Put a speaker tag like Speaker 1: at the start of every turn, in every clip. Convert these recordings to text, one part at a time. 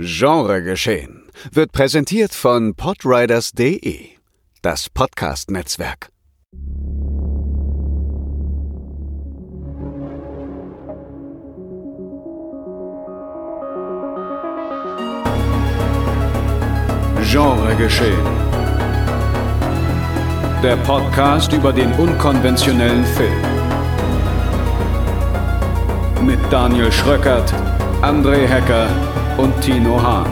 Speaker 1: Genregeschehen wird präsentiert von podriders.de, das Podcast-Netzwerk. Genregeschehen. Der Podcast über den unkonventionellen Film. Mit Daniel Schröckert, André Hecker und Tino Hahn.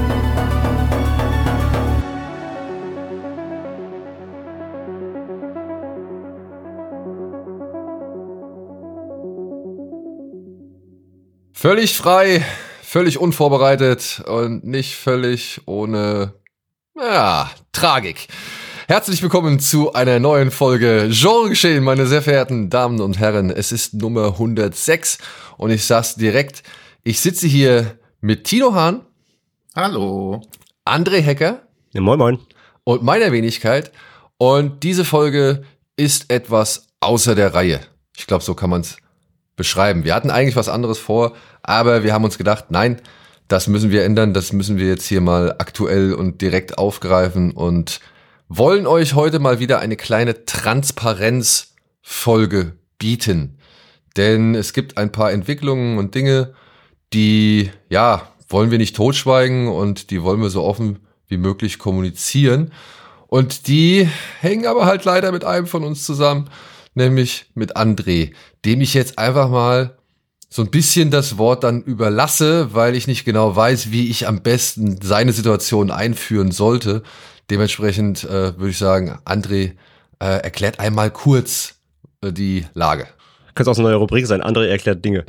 Speaker 2: Völlig frei, völlig unvorbereitet und nicht völlig ohne, Tragik. Herzlich willkommen zu einer neuen Folge Genregeschehen, meine sehr verehrten Damen und Herren. Es ist Nummer 106 und ich sag's direkt, ich sitze hier mit Tino Hahn.
Speaker 3: Hallo.
Speaker 2: André Hecker.
Speaker 4: Ja, moin, moin.
Speaker 2: Und meiner Wenigkeit. Und diese Folge ist etwas außer der Reihe. Ich glaube, so kann man es beschreiben. Wir hatten eigentlich was anderes vor, aber wir haben uns gedacht, nein, das müssen wir ändern. Das müssen wir jetzt hier mal aktuell und direkt aufgreifen und wollen euch heute mal wieder eine kleine Transparenzfolge bieten. Denn es gibt ein paar Entwicklungen und Dinge, die, wollen wir nicht totschweigen und die wollen wir so offen wie möglich kommunizieren. Und die hängen aber halt leider mit einem von uns zusammen, nämlich mit André, dem ich jetzt einfach mal so ein bisschen das Wort dann überlasse, weil ich nicht genau weiß, wie ich am besten seine Situation einführen sollte. Dementsprechend würde ich sagen, André erklärt einmal kurz die Lage.
Speaker 4: Könnte auch so eine neue Rubrik sein, André erklärt Dinge.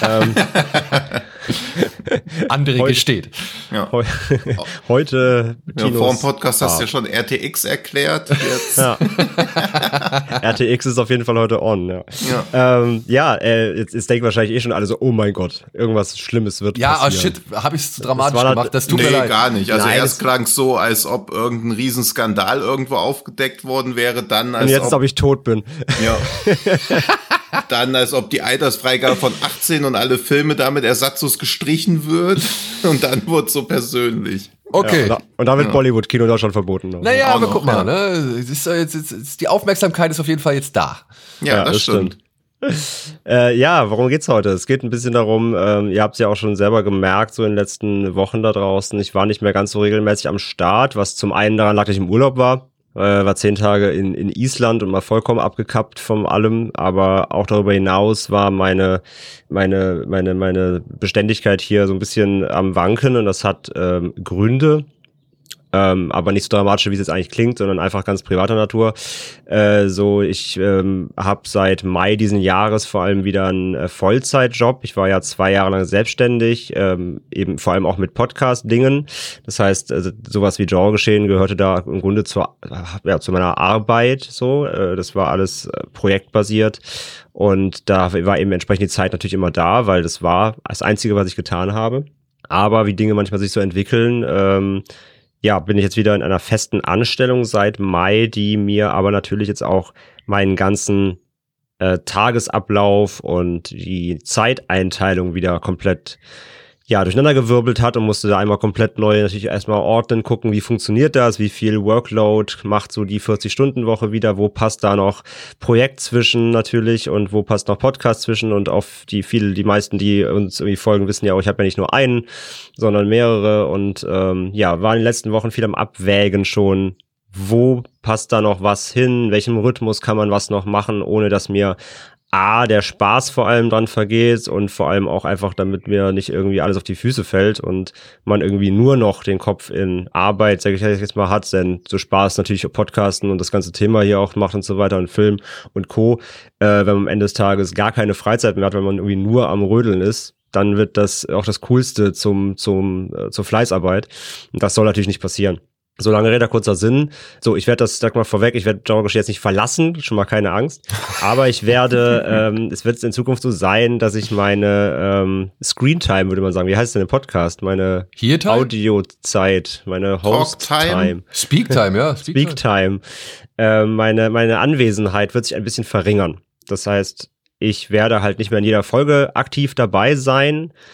Speaker 2: André gesteht.
Speaker 3: Ja.
Speaker 4: Heute
Speaker 3: vor dem Podcast hast du ja schon RTX erklärt. Jetzt.
Speaker 4: Ja. RTX ist auf jeden Fall heute on. Jetzt denken wahrscheinlich schon alle so, oh mein Gott, irgendwas Schlimmes wird passieren.
Speaker 2: Habe ich es zu dramatisch gemacht? Das tut mir leid.
Speaker 3: Nee, gar nicht. Also
Speaker 4: Nein,
Speaker 3: erst klang es so, als ob irgendein Riesenskandal irgendwo aufgedeckt worden wäre, dann als
Speaker 4: und jetzt, ob ich tot bin.
Speaker 3: Ja. Dann, als ob die Altersfreigabe von 18 und alle Filme damit ersatzlos gestrichen wird. Und dann wurde es so persönlich.
Speaker 2: Okay.
Speaker 4: Ja, und da wird Bollywood-Kino in Deutschland verboten.
Speaker 2: Naja, aber guck mal, ne? Die Aufmerksamkeit ist auf jeden Fall jetzt da.
Speaker 3: Ja, das stimmt.
Speaker 4: Worum geht's heute? Es geht ein bisschen darum, ihr habt es ja auch schon selber gemerkt, so in den letzten Wochen da draußen. Ich war nicht mehr ganz so regelmäßig am Start, was zum einen daran lag, dass ich im Urlaub war. War 10 Tage in Island und mal vollkommen abgekappt von allem, aber auch darüber hinaus war meine Beständigkeit hier so ein bisschen am Wanken und das hat Gründe, aber nicht so dramatisch, wie es jetzt eigentlich klingt, sondern einfach ganz privater Natur. Ich habe seit Mai diesen Jahres vor allem wieder einen Vollzeitjob. Ich war ja 2 Jahre lang selbstständig, eben vor allem auch mit Podcast-Dingen. Das heißt, sowas wie Genregeschehen gehörte da im Grunde zu meiner Arbeit. So, das war alles projektbasiert und da war eben entsprechend die Zeit natürlich immer da, weil das war das Einzige, was ich getan habe. Aber wie Dinge manchmal sich so entwickeln, bin ich jetzt wieder in einer festen Anstellung seit Mai, die mir aber natürlich jetzt auch meinen ganzen Tagesablauf und die Zeiteinteilung wieder komplett durcheinandergewirbelt hat und musste da einmal komplett neu natürlich erstmal ordnen, gucken, wie funktioniert das, wie viel Workload macht so die 40-Stunden-Woche wieder, wo passt da noch Projekt zwischen natürlich und wo passt noch Podcast zwischen und auf die meisten, die uns irgendwie folgen, wissen ja auch, ich habe ja nicht nur einen, sondern mehrere und war in den letzten Wochen viel am Abwägen schon, wo passt da noch was hin, in welchem Rhythmus kann man was noch machen, ohne dass mir der Spaß vor allem dran vergeht und vor allem auch einfach, damit mir nicht irgendwie alles auf die Füße fällt und man irgendwie nur noch den Kopf in Arbeit, sag ich jetzt mal, hat, denn so Spaß natürlich Podcasten und das ganze Thema hier auch macht und so weiter und Film und Co. Wenn man am Ende des Tages gar keine Freizeit mehr hat, weil man irgendwie nur am Rödeln ist, dann wird das auch das Coolste zur Fleißarbeit. Und das soll natürlich nicht passieren. So, lange Rede, kurzer Sinn. So, ich werde das, sag mal vorweg, ich werde Genregeschehen jetzt nicht verlassen, schon mal keine Angst. Aber ich werde, es wird in Zukunft so sein, dass ich meine Screentime, würde man sagen, wie heißt es denn im Podcast? Meine Audiozeit, meine Host-Time.
Speaker 2: Speaktime, ja.
Speaker 4: Speaktime. Meine Anwesenheit wird sich ein bisschen verringern. Das heißt, ich werde halt nicht mehr in jeder Folge aktiv dabei sein,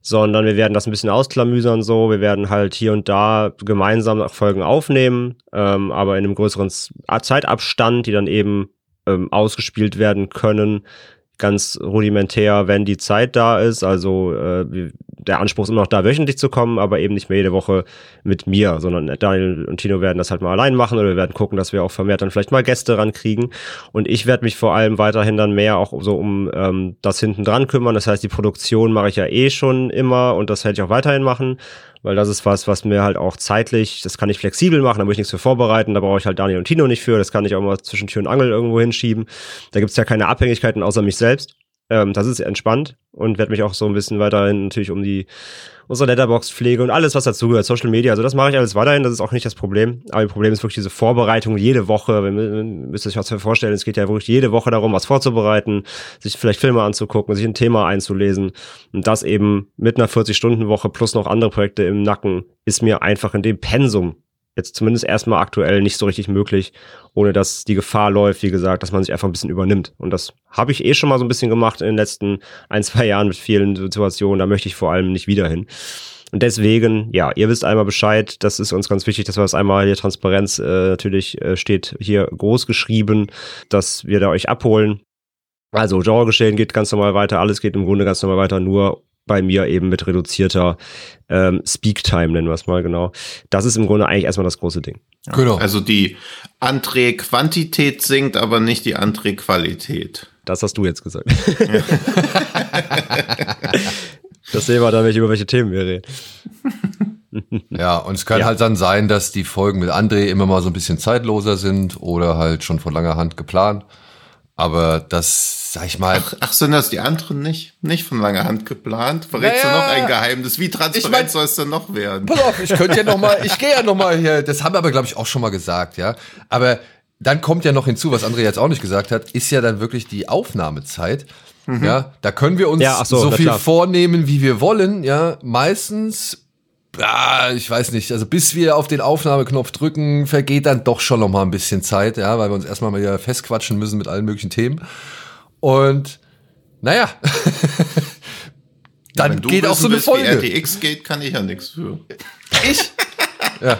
Speaker 4: sondern wir werden das ein bisschen ausklamüsern so. Wir werden halt hier und da gemeinsam Folgen aufnehmen, aber in einem größeren Zeitabstand, die dann eben ausgespielt werden können, ganz rudimentär, wenn die Zeit da ist. Also der Anspruch ist immer noch da, wöchentlich zu kommen, aber eben nicht mehr jede Woche mit mir, sondern Daniel und Tino werden das halt mal allein machen oder wir werden gucken, dass wir auch vermehrt dann vielleicht mal Gäste rankriegen. Und ich werde mich vor allem weiterhin dann mehr auch so um das hinten dran kümmern. Das heißt, die Produktion mache ich ja eh schon immer und das werde ich auch weiterhin machen. Weil das ist was mir halt auch zeitlich, das kann ich flexibel machen, da muss ich nichts für vorbereiten, da brauche ich halt Daniel und Tino nicht für, das kann ich auch mal zwischen Tür und Angel irgendwo hinschieben. Da gibt's ja keine Abhängigkeiten außer mich selbst. Das ist entspannt und werde mich auch so ein bisschen weiterhin natürlich um unsere Letterboxd-Pflege und alles, was dazugehört, Social Media, also das mache ich alles weiterhin, das ist auch nicht das Problem. Aber das Problem ist wirklich diese Vorbereitung jede Woche. Ihr müsst euch was vorstellen, es geht ja wirklich jede Woche darum, was vorzubereiten, sich vielleicht Filme anzugucken, sich ein Thema einzulesen. Und das eben mit einer 40-Stunden-Woche plus noch andere Projekte im Nacken ist mir einfach in dem Pensum jetzt zumindest erstmal aktuell nicht so richtig möglich, ohne dass die Gefahr läuft, wie gesagt, dass man sich einfach ein bisschen übernimmt. Und das habe ich schon mal so ein bisschen gemacht in den letzten 1-2 Jahren mit vielen Situationen. Da möchte ich vor allem nicht wieder hin. Und deswegen, ja, ihr wisst einmal Bescheid. Das ist uns ganz wichtig, dass wir das einmal hier Transparenz natürlich steht hier groß geschrieben, dass wir da euch abholen. Also Genregeschehen geht ganz normal weiter. Alles geht im Grunde ganz normal weiter, nur bei mir eben mit reduzierter Speak-Time, nennen wir es mal genau. Das ist im Grunde eigentlich erstmal das große Ding.
Speaker 3: Ja, genau. Also die André-Quantität sinkt, aber nicht die André-Qualität.
Speaker 4: Das hast du jetzt gesagt. Ja. Das sehen wir dann, über welche Themen wir reden.
Speaker 2: Ja, und es kann halt dann sein, dass die Folgen mit André immer mal so ein bisschen zeitloser sind oder halt schon von langer Hand geplant. Aber das, sag ich mal...
Speaker 3: Ach, sind das die anderen nicht von langer Hand geplant? Verrätst du noch ein Geheimnis? Wie transparent soll es denn noch werden?
Speaker 2: Pass auf, ich gehe ja noch mal hier, das haben wir aber, glaube ich, auch schon mal gesagt, ja. Aber dann kommt ja noch hinzu, was André jetzt auch nicht gesagt hat, ist ja dann wirklich die Aufnahmezeit. Mhm. Ja, da können wir uns so viel vornehmen, wie wir wollen, ja. Meistens... Ja, ich weiß nicht, also bis wir auf den Aufnahmeknopf drücken, vergeht dann doch schon noch mal ein bisschen Zeit, ja, weil wir uns erstmal mal wieder festquatschen müssen mit allen möglichen Themen. Und naja, dann geht auch so eine Folge.
Speaker 3: Wie RTX geht, kann ich ja nichts für.
Speaker 2: Ich? Ja.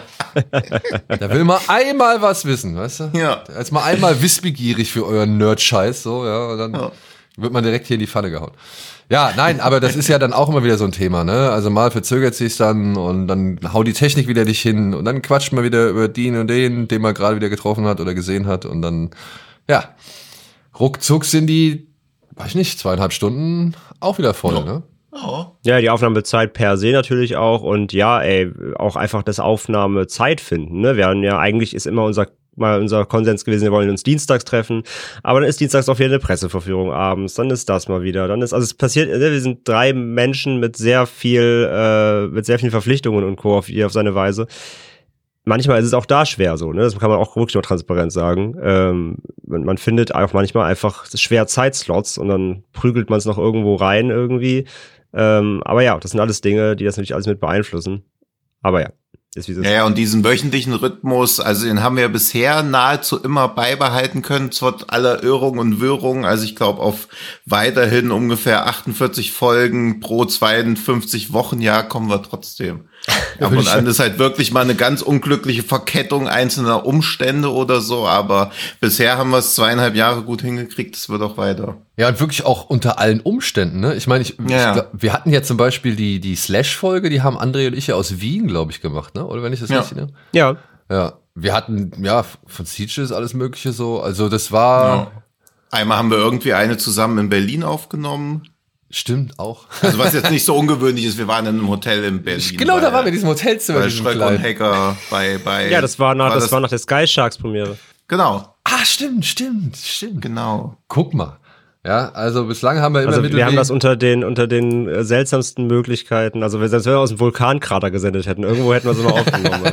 Speaker 2: Da will man einmal was wissen, weißt du?
Speaker 3: Ja.
Speaker 2: Als mal einmal wissbegierig für euren Nerd-Scheiß, so, ja, und dann wird man direkt hier in die Pfanne gehauen. Ja, nein, aber das ist ja dann auch immer wieder so ein Thema, ne? Also mal verzögert sich's dann und dann haut die Technik wieder nicht hin und dann quatscht man wieder über den und den man gerade wieder getroffen hat oder gesehen hat und dann, ja, ruckzuck sind die, weiß ich nicht, 2,5 Stunden auch wieder voll, ne?
Speaker 3: Oh.
Speaker 4: Ja, die Aufnahmezeit per se natürlich auch und ja, auch einfach das Aufnahmezeit finden, ne? Wir haben ja, eigentlich ist immer unser Konsens gewesen, wir wollen uns dienstags treffen, aber dann ist dienstags auch wieder eine Presseverführung abends, dann ist das mal wieder, also es passiert, wir sind 3 Menschen mit sehr vielen Verpflichtungen und Co. auf seine Weise. Manchmal ist es auch da schwer so, ne? Das kann man auch wirklich nur transparent sagen. Man findet auch manchmal einfach schwer Zeitslots und dann prügelt man es noch irgendwo rein irgendwie. Aber ja, das sind alles Dinge, die das natürlich alles mit beeinflussen. Aber ja.
Speaker 3: Ja, und diesen wöchentlichen Rhythmus, also den haben wir bisher nahezu immer beibehalten können, trotz aller Irrungen und Wirrungen. Also ich glaube, auf weiterhin ungefähr 48 Folgen pro 52 Wochenjahr kommen wir trotzdem. Ab und an ist halt wirklich mal eine ganz unglückliche Verkettung einzelner Umstände oder so, aber bisher haben wir es 2,5 Jahre gut hingekriegt, es wird auch weiter.
Speaker 2: Ja, und wirklich auch unter allen Umständen, ne? Ich meine, wir hatten ja zum Beispiel die Slash-Folge, die haben André und ich ja aus Wien, glaube ich, gemacht, ne? Oder wenn ich das richtig nehme?
Speaker 4: Ja.
Speaker 2: Ja, wir hatten, von Sieges alles mögliche so, also das war... Ja.
Speaker 3: Einmal haben wir irgendwie eine zusammen in Berlin aufgenommen.
Speaker 2: Stimmt, auch.
Speaker 3: Also was jetzt nicht so ungewöhnlich ist, wir waren in einem Hotel in Berlin.
Speaker 2: Genau, da waren wir in diesem Hotelzimmer.
Speaker 3: Bei Schröck und Hacker, bei
Speaker 4: ja, das war nach der Sky Sharks Premiere.
Speaker 3: Genau.
Speaker 2: Ah, stimmt.
Speaker 3: Genau.
Speaker 2: Guck mal. Ja, also bislang haben wir immer
Speaker 4: wir haben das unter den seltsamsten Möglichkeiten, also wenn wir aus dem Vulkankrater gesendet hätten, irgendwo hätten wir es immer aufgenommen.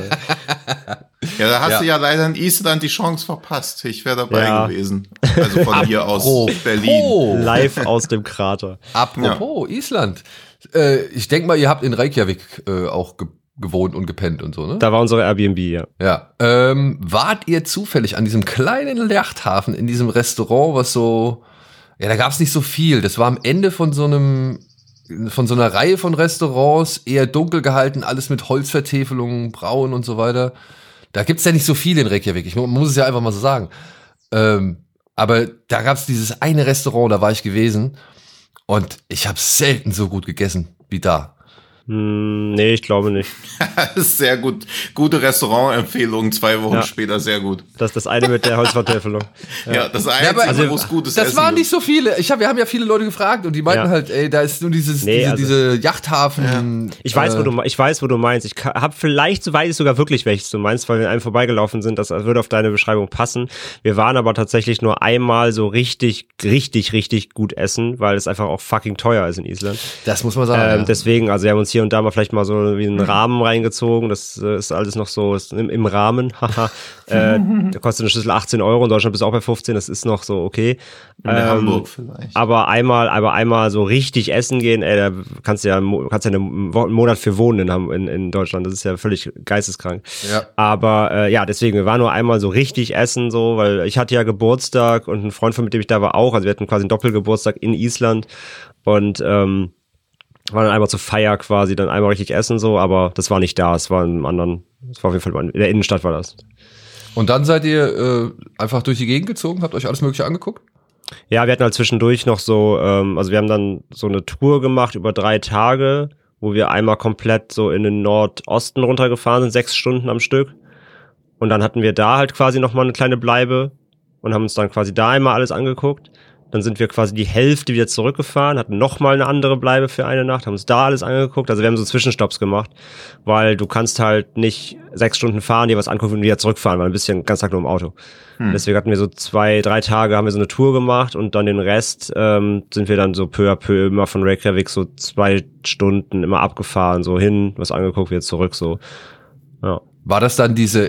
Speaker 3: Ja, da hast du ja leider in Island die Chance verpasst. Ich wäre dabei gewesen. Also von hier aus Berlin.
Speaker 4: Live aus dem Krater.
Speaker 2: Apropos Island. Ich denke mal, ihr habt in Reykjavik auch gewohnt und gepennt und so, ne?
Speaker 4: Da war unsere Airbnb, ja.
Speaker 2: Ja. Wart ihr zufällig an diesem kleinen Yachthafen, in diesem Restaurant, was so... Ja, da gab's nicht so viel. Das war am Ende von so einem von so einer Reihe von Restaurants, eher dunkel gehalten, alles mit Holzvertäfelungen, braun und so weiter. Da gibt's ja nicht so viel in Reykjavik, man muss es ja einfach mal so sagen. Aber da gab's dieses eine Restaurant, da war ich gewesen und ich habe selten so gut gegessen wie da.
Speaker 4: Nee, ich glaube nicht.
Speaker 3: Das ist sehr gut. Gute Restaurantempfehlung, 2 Wochen später, sehr gut.
Speaker 4: Das ist das eine mit der Holzvertäfelung.
Speaker 3: Ja, das Einzige, wo es gutes
Speaker 2: das
Speaker 3: Essen
Speaker 2: waren
Speaker 3: gibt.
Speaker 2: nicht so viele. Wir haben ja viele Leute gefragt und die meinten halt, ey, da ist nur diese Yachthafen.
Speaker 4: Ich weiß, wo du meinst. Ich habe vielleicht, so weiß ich sogar wirklich, welches du meinst, weil wir an einem vorbeigelaufen sind. Das würde auf deine Beschreibung passen. Wir waren aber tatsächlich nur einmal so richtig gut essen, weil es einfach auch fucking teuer ist in Island.
Speaker 2: Das muss man sagen.
Speaker 4: Deswegen, also wir haben uns hier und da mal vielleicht mal so wie einen Rahmen reingezogen. Das ist alles noch so ist im Rahmen. Da kostet eine Schüssel 18 €. In Deutschland bist du auch bei 15. Das ist noch so okay.
Speaker 3: In Hamburg vielleicht.
Speaker 4: Aber einmal so richtig essen gehen, da kannst du ja einen Monat für wohnen in Deutschland. Das ist ja völlig geisteskrank.
Speaker 2: Ja.
Speaker 4: Aber deswegen, wir waren nur einmal so richtig essen, so, weil ich hatte ja Geburtstag und ein Freund von mit dem ich da war auch. Also wir hatten quasi einen Doppelgeburtstag in Island und war dann einmal zur Feier quasi, dann einmal richtig essen so, aber das war nicht da, es war auf jeden Fall in der Innenstadt war das.
Speaker 2: Und dann seid ihr einfach durch die Gegend gezogen, habt euch alles Mögliche angeguckt?
Speaker 4: Ja, wir hatten halt zwischendurch noch so, also wir haben dann so eine Tour gemacht über 3 Tage, wo wir einmal komplett so in den Nordosten runtergefahren sind, 6 Stunden am Stück. Und dann hatten wir da halt quasi nochmal eine kleine Bleibe und haben uns dann quasi da einmal alles angeguckt. Dann sind wir quasi die Hälfte wieder zurückgefahren, hatten nochmal eine andere Bleibe für eine Nacht, haben uns da alles angeguckt. Also wir haben so Zwischenstopps gemacht, weil du kannst halt nicht 6 Stunden fahren, dir was angucken und wieder zurückfahren, weil ein bisschen ganz Tag nur im Auto. Deswegen hatten wir so 2-3 Tage, haben wir so eine Tour gemacht und dann den Rest sind wir dann so peu à peu immer von Reykjavik so 2 Stunden immer abgefahren, so hin, was angeguckt, wieder zurück, so. Ja.
Speaker 2: War das dann ich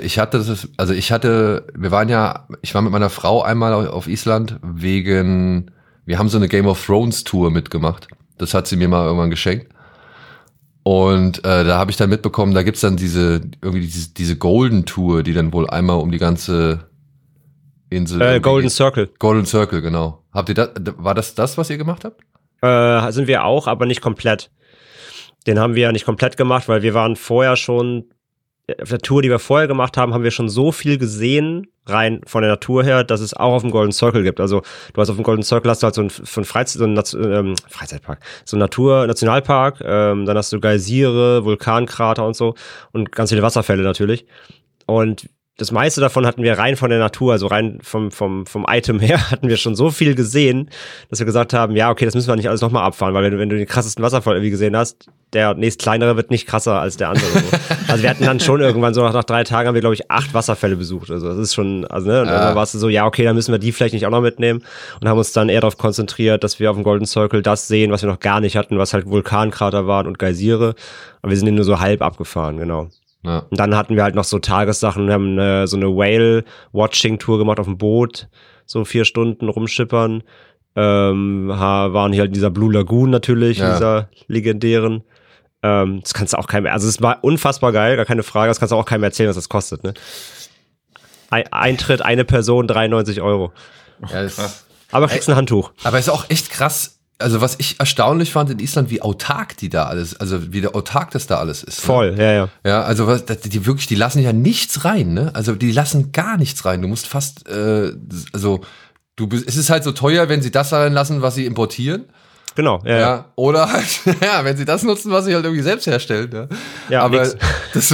Speaker 2: war mit meiner Frau einmal auf Island wir haben so eine Game of Thrones Tour mitgemacht. Das hat sie mir mal irgendwann geschenkt. Und da habe ich dann mitbekommen, da gibt's dann diese Golden Tour, die dann wohl einmal um die ganze Insel.
Speaker 4: Golden Circle.
Speaker 2: Golden Circle, genau. Habt ihr war das, was ihr gemacht habt?
Speaker 4: Sind wir auch, aber nicht komplett. Den haben wir ja nicht komplett gemacht, weil wir waren vorher schon auf der Tour, die wir vorher gemacht haben, haben wir schon so viel gesehen, rein von der Natur her, dass es auch auf dem Golden Circle gibt. Also du hast auf dem Golden Circle hast du halt so einen Freizeitpark, so einen Nationalpark, dann hast du Geysire, Vulkankrater und so und ganz viele Wasserfälle natürlich. Und das meiste davon hatten wir rein von der Natur, also rein vom Item her, hatten wir schon so viel gesehen, dass wir gesagt haben, ja, okay, das müssen wir nicht alles nochmal abfahren, weil wenn du den krassesten Wasserfall irgendwie gesehen hast, der nächst kleinere wird nicht krasser als der andere. So. Also wir hatten dann schon irgendwann so nach 3 Tagen haben wir, glaube ich, 8 Wasserfälle besucht. Also das ist schon, und dann warst du so, ja, okay, dann müssen wir die vielleicht nicht auch noch mitnehmen und haben uns dann eher darauf konzentriert, dass wir auf dem Golden Circle das sehen, was wir noch gar nicht hatten, was halt Vulkankrater waren und Geysire. Aber wir sind nur so halb abgefahren, genau. Ja. Und dann hatten wir halt noch so Tagessachen, wir haben so eine Whale-Watching-Tour gemacht auf dem Boot, so 4 Stunden rumschippern, waren hier halt in dieser Blue Lagoon natürlich, in dieser legendären. Das kannst du auch keinem, also es war unfassbar geil, gar keine Frage, das kannst du auch keinem erzählen, was das kostet, ne? Eintritt, eine Person, 93 €.
Speaker 2: Ja,
Speaker 4: aber kriegst ein Handtuch.
Speaker 2: Aber ist auch echt krass. Also was ich erstaunlich fand in Island, wie autark die da alles, also wie autark das da alles ist.
Speaker 4: Voll,
Speaker 2: ne?
Speaker 4: Ja.
Speaker 2: Ja, also die lassen ja nichts rein, ne? Also die lassen gar nichts rein. Du musst fast, es ist halt so teuer, wenn sie das reinlassen, was sie importieren.
Speaker 4: Genau, ja.
Speaker 2: Oder halt, ja, wenn sie das nutzen, was sie halt irgendwie selbst herstellen. Ja,
Speaker 4: ja, aber
Speaker 2: das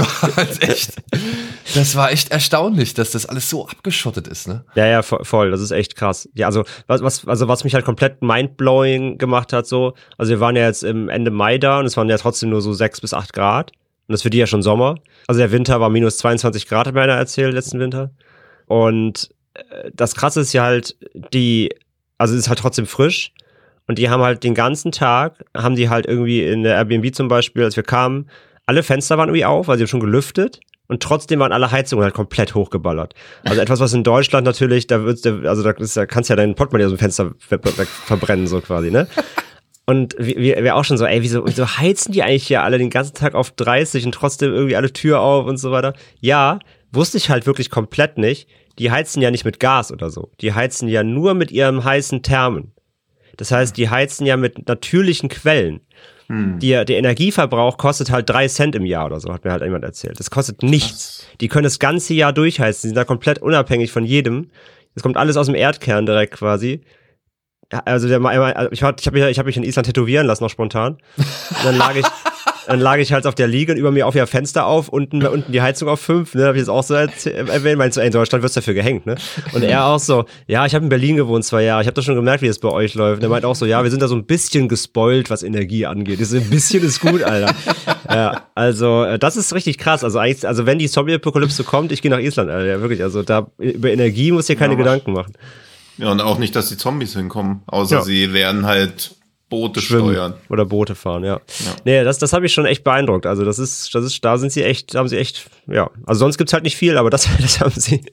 Speaker 2: war echt erstaunlich, dass das alles so abgeschottet ist, ne?
Speaker 4: Ja, voll, das ist echt krass. Ja, also was mich halt komplett mindblowing gemacht hat, so, also wir waren ja jetzt im Ende Mai da und es waren ja trotzdem nur so 6 bis 8 Grad. Und das ist für die ja schon Sommer. Also der Winter war minus 22 Grad, hat mir einer erzählt, letzten Winter. Und das Krasse ist ja halt, also es ist halt trotzdem frisch. Und die haben halt den ganzen Tag, haben die halt irgendwie in der Airbnb zum Beispiel, als wir kamen, alle Fenster waren irgendwie auf, weil sie haben schon gelüftet. Und trotzdem waren alle Heizungen halt komplett hochgeballert. Also etwas, was in Kannst du ja deinen Portemonnaie aus dem Fenster verbrennen, so quasi, ne? Und wir auch schon so, ey, wieso heizen die eigentlich hier alle den ganzen Tag auf 30 und trotzdem irgendwie alle Tür auf und so weiter? Ja, wusste ich halt wirklich komplett nicht. Die heizen ja nicht mit Gas oder so. Die heizen ja nur mit ihrem heißen Thermen. Das heißt, die heizen ja mit natürlichen Quellen. Der Energieverbrauch kostet halt 3 Cent im Jahr oder so, hat mir halt jemand erzählt. Das kostet nichts. Die können das ganze Jahr durchheizen. Die sind da komplett unabhängig von jedem. Das kommt alles aus dem Erdkern direkt quasi. Also ich hab mich in Island tätowieren lassen, noch spontan. Und dann lag ich halt auf der Liege und über mir auf ihr Fenster auf, unten die Heizung auf 5, ne, hab ich jetzt auch so erwähnt, meinst du, in Deutschland wirst du dafür gehängt, ne? Und er auch so, ja, ich habe in Berlin gewohnt 2 Jahre, ich habe doch schon gemerkt, wie es bei euch läuft. Und er meint auch so, ja, wir sind da so ein bisschen gespoilt, was Energie angeht. Ein bisschen ist gut, Alter. Ja, also das ist richtig krass. Also eigentlich, also wenn die Zombie-Apokalypse kommt, ich gehe nach Island, Alter, ja, wirklich. Also da über Energie musst du dir keine Gedanken machen.
Speaker 3: Ja, und auch nicht, dass die Zombies hinkommen, außer sie werden halt Boote steuern.
Speaker 4: Oder Boote fahren, ja. Nee, das habe ich schon echt beeindruckt. Also da haben sie echt, ja. Also sonst gibt's halt nicht viel, aber das haben sie.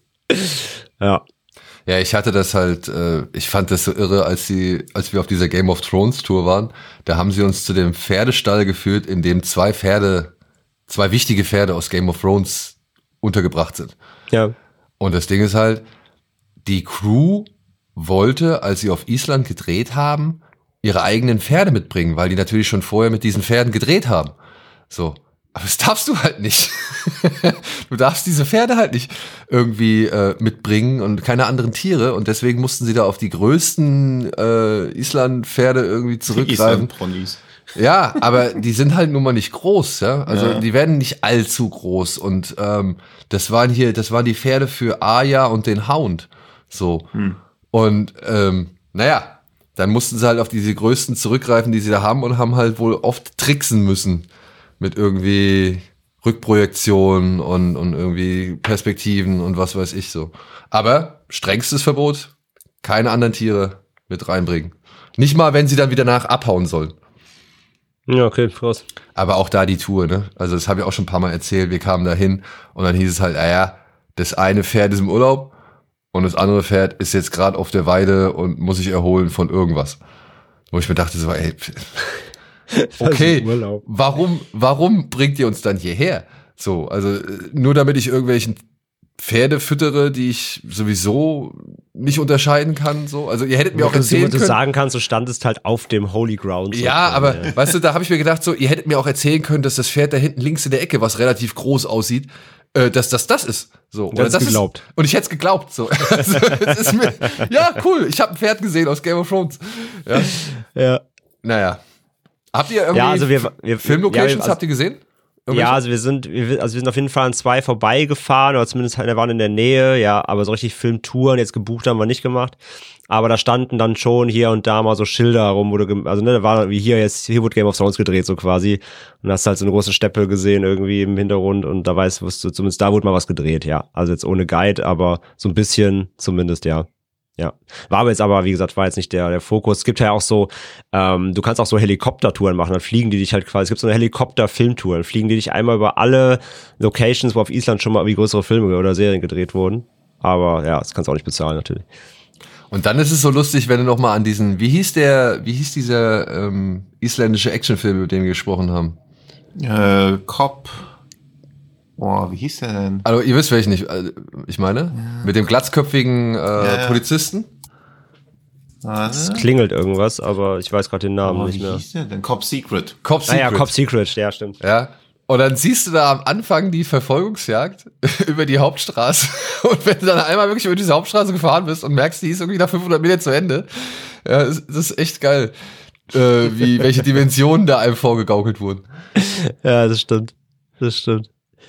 Speaker 4: Ja.
Speaker 2: Ja, ich hatte das halt, ich fand das so irre, als wir auf dieser Game of Thrones Tour waren, da haben sie uns zu dem Pferdestall geführt, in dem 2 wichtige Pferde aus Game of Thrones untergebracht sind.
Speaker 4: Ja.
Speaker 2: Und das Ding ist halt, die Crew wollte, als sie auf Island gedreht haben, ihre eigenen Pferde mitbringen, weil die natürlich schon vorher mit diesen Pferden gedreht haben. So. Aber das darfst du halt nicht. Du darfst diese Pferde halt nicht irgendwie mitbringen und keine anderen Tiere. Und deswegen mussten sie da auf die größten Island-Pferde irgendwie zurückgreifen.
Speaker 3: Island-Ponys.
Speaker 2: Ja, aber die sind halt nun mal nicht groß, ja. Also die werden nicht allzu groß. Und das waren die Pferde für Arya und den Hound. So. Und naja, dann mussten sie halt auf diese größten zurückgreifen, die sie da haben und haben halt wohl oft tricksen müssen mit irgendwie Rückprojektion und irgendwie Perspektiven und was weiß ich so. Aber strengstes Verbot, keine anderen Tiere mit reinbringen. Nicht mal, wenn sie dann wieder abhauen sollen.
Speaker 4: Ja, okay, krass.
Speaker 2: Aber auch da die Tour, ne? Also das habe ich auch schon ein paar Mal erzählt. Wir kamen da hin und dann hieß es halt, das eine Pferd ist im Urlaub und das andere Pferd ist jetzt gerade auf der Weide und muss sich erholen von irgendwas. Wo ich mir dachte so, okay, warum bringt ihr uns dann hierher? So, also nur damit ich irgendwelchen Pferde füttere, die ich sowieso nicht unterscheiden kann. So, also ihr hättet mir auch erzählen können.
Speaker 4: Du sagen kannst, du standest halt auf dem Holy Ground. So
Speaker 2: ja, aber weißt du, da habe ich mir gedacht, so, ihr hättet mir auch erzählen können, dass das Pferd da hinten links in der Ecke, was relativ groß aussieht, dass das ist. So,
Speaker 4: oder das geglaubt.
Speaker 2: Und ich hätte es geglaubt. So. Also, es ist mir, ja, cool. Ich habe ein Pferd gesehen aus Game of Thrones. Ja. Naja. Habt ihr irgendwie Filmlocations habt ihr gesehen?
Speaker 4: Ja, also wir sind auf jeden Fall an 2 vorbeigefahren, oder zumindest wir waren in der Nähe, ja, aber so richtig Filmtouren jetzt gebucht haben wir nicht gemacht. Aber da standen dann schon hier und da mal so Schilder rum, da war wie hier wurde Game of Thrones gedreht, so quasi. Und hast halt so eine große Steppe gesehen irgendwie im Hintergrund und da wusstest du, zumindest da wurde mal was gedreht, ja. Also jetzt ohne Guide, aber so ein bisschen zumindest, ja. Ja, wie gesagt, war jetzt nicht der Fokus. Es gibt ja auch so, du kannst auch so Helikoptertouren machen, dann fliegen die dich halt quasi, es gibt so eine Helikopter-Filmtour, dann fliegen die dich einmal über alle Locations, wo auf Island schon mal wie größere Filme oder Serien gedreht wurden. Aber ja, das kannst du auch nicht bezahlen natürlich.
Speaker 2: Und dann ist es so lustig, wenn du nochmal an diesen, wie hieß dieser isländische Actionfilm, über den wir gesprochen haben?
Speaker 3: Cop. Boah, wie hieß der denn?
Speaker 2: Also ihr wisst, welchen ich meine? Ja. Mit dem glatzköpfigen Polizisten?
Speaker 4: Es klingelt irgendwas, aber ich weiß gerade den Namen nicht mehr.
Speaker 3: Wie hieß der denn? Cop Secret.
Speaker 2: Cop Secret.
Speaker 4: Ja, Cop Secret, ja, stimmt.
Speaker 2: Ja. Und dann siehst du da am Anfang die Verfolgungsjagd über die Hauptstraße. Und wenn du dann einmal wirklich über diese Hauptstraße gefahren bist und merkst, die ist irgendwie nach 500 Meter zu Ende, ja, das ist echt geil, welche Dimensionen da einem vorgegaukelt wurden.
Speaker 4: Ja, das stimmt. Gut.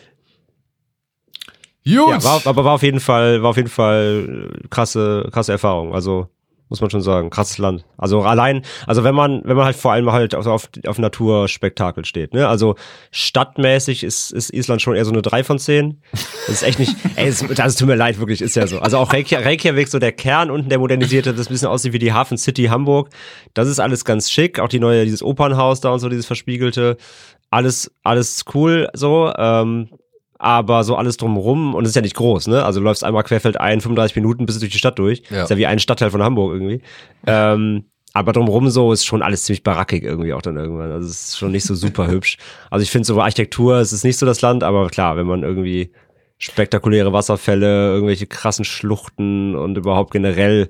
Speaker 4: Ja, war auf jeden Fall krasse Erfahrung. Also muss man schon sagen, krasses Land. Also wenn man halt vor allem halt auf Naturspektakel steht, ne? Also stadtmäßig ist Island schon eher so eine 3 von 10. Das ist echt nicht, das tut mir leid, wirklich, ist ja so. Also auch Reykjavik, so der Kern unten, der modernisierte, das ein bisschen aussieht wie die Hafen City Hamburg. Das ist alles ganz schick. Auch dieses Opernhaus da und so, dieses verspiegelte. Alles cool, so, aber so alles drumherum, und es ist ja nicht groß, ne? Also du läufst einmal querfeldein, 35 Minuten, bist du durch die Stadt durch. Ja. Ist ja wie ein Stadtteil von Hamburg irgendwie. Aber drumherum so ist schon alles ziemlich barackig irgendwie auch dann irgendwann. Also es ist schon nicht so super hübsch. Also ich finde so Architektur, es ist nicht so das Land, aber klar, wenn man irgendwie spektakuläre Wasserfälle, irgendwelche krassen Schluchten und überhaupt generell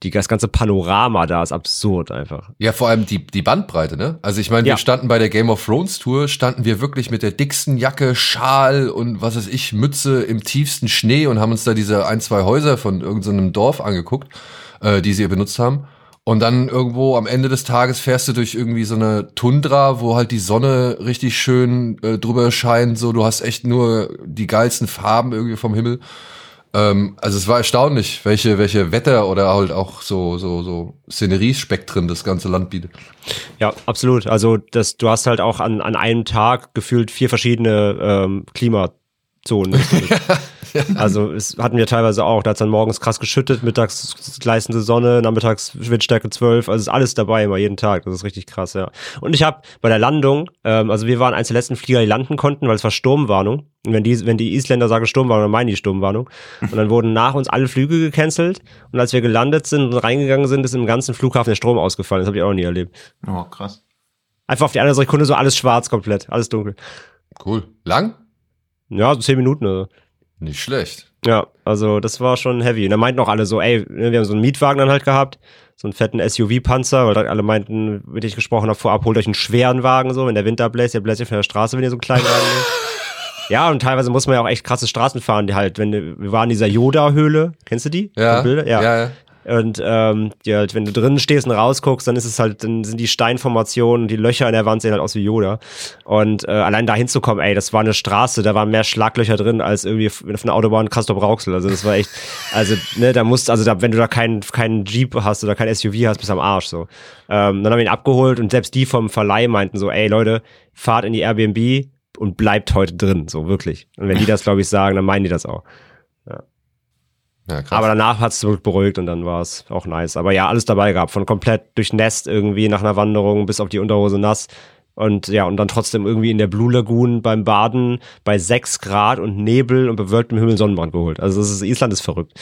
Speaker 4: das ganze Panorama da ist absurd einfach.
Speaker 2: Ja, vor allem die Bandbreite, ne? Also ich meine, wir standen bei der Game of Thrones Tour, standen wir wirklich mit der dicksten Jacke, Schal und was weiß ich, Mütze im tiefsten Schnee und haben uns da diese 1-2 Häuser von irgendeinem Dorf angeguckt, die sie benutzt haben. Und dann irgendwo am Ende des Tages fährst du durch irgendwie so eine Tundra, wo halt die Sonne richtig schön drüber scheint, so, du hast echt nur die geilsten Farben irgendwie vom Himmel. Also es war erstaunlich, welche Wetter oder halt auch so Szeneriespektren das ganze Land bietet.
Speaker 4: Ja, absolut. Also du hast halt auch an einem Tag gefühlt 4 verschiedene Klimazonen. Also es hatten wir teilweise auch, da hat es dann morgens krass geschüttet, mittags gleißende Sonne, nachmittags Windstärke 12, also ist alles dabei immer jeden Tag, das ist richtig krass, ja. Und ich habe bei der Landung, also wir waren eins der letzten Flieger, die landen konnten, weil es war Sturmwarnung. Und wenn die Isländer sagen Sturmwarnung, dann meinen die Sturmwarnung. Und dann wurden nach uns alle Flüge gecancelt und als wir gelandet sind und reingegangen sind, ist im ganzen Flughafen der Strom ausgefallen, das habe ich auch noch nie erlebt.
Speaker 3: Oh, krass.
Speaker 4: Einfach auf die andere Sekunde so alles schwarz komplett, alles dunkel.
Speaker 2: Cool. Lang?
Speaker 4: Ja, so 10 Minuten oder so.
Speaker 2: Nicht schlecht.
Speaker 4: Ja, also das war schon heavy. Und da meinten auch alle so, ey, wir haben so einen Mietwagen dann halt gehabt, so einen fetten SUV-Panzer, weil dann alle meinten, wenn ich gesprochen habe, vorab, holt euch einen schweren Wagen, so, wenn der Wind da bläst, der bläst ja von der Straße, wenn ihr so einen kleinen Wagen nehmt. Ja, und teilweise muss man ja auch echt krasse Straßen fahren, die halt, wir waren in dieser Yoda-Höhle, kennst du die?
Speaker 2: Ja, ja.
Speaker 4: Und wenn du drinnen stehst und rausguckst, dann sind die Steinformationen, die Löcher in der Wand sehen halt aus wie Yoda. Und allein da hinzukommen, ey, das war eine Straße, da waren mehr Schlaglöcher drin als irgendwie auf einer Autobahn Castrop-Rauxel. Also das war echt, also ne, wenn du da keinen Jeep hast oder kein SUV hast, bist du am Arsch so. Dann haben wir ihn abgeholt und selbst die vom Verleih meinten so, ey Leute, fahrt in die Airbnb und bleibt heute drin, so wirklich. Und wenn die das, glaube ich, sagen, dann meinen die das auch.
Speaker 2: Ja, krass.
Speaker 4: Aber danach hat es wirklich beruhigt und dann war es auch nice. Aber ja, alles dabei gehabt. Von komplett durchnässt irgendwie nach einer Wanderung bis auf die Unterhose nass. Und ja, und dann trotzdem irgendwie in der Blue Lagoon beim Baden bei 6 Grad und Nebel und bewölktem Himmel Sonnenbrand geholt. Also Island ist verrückt.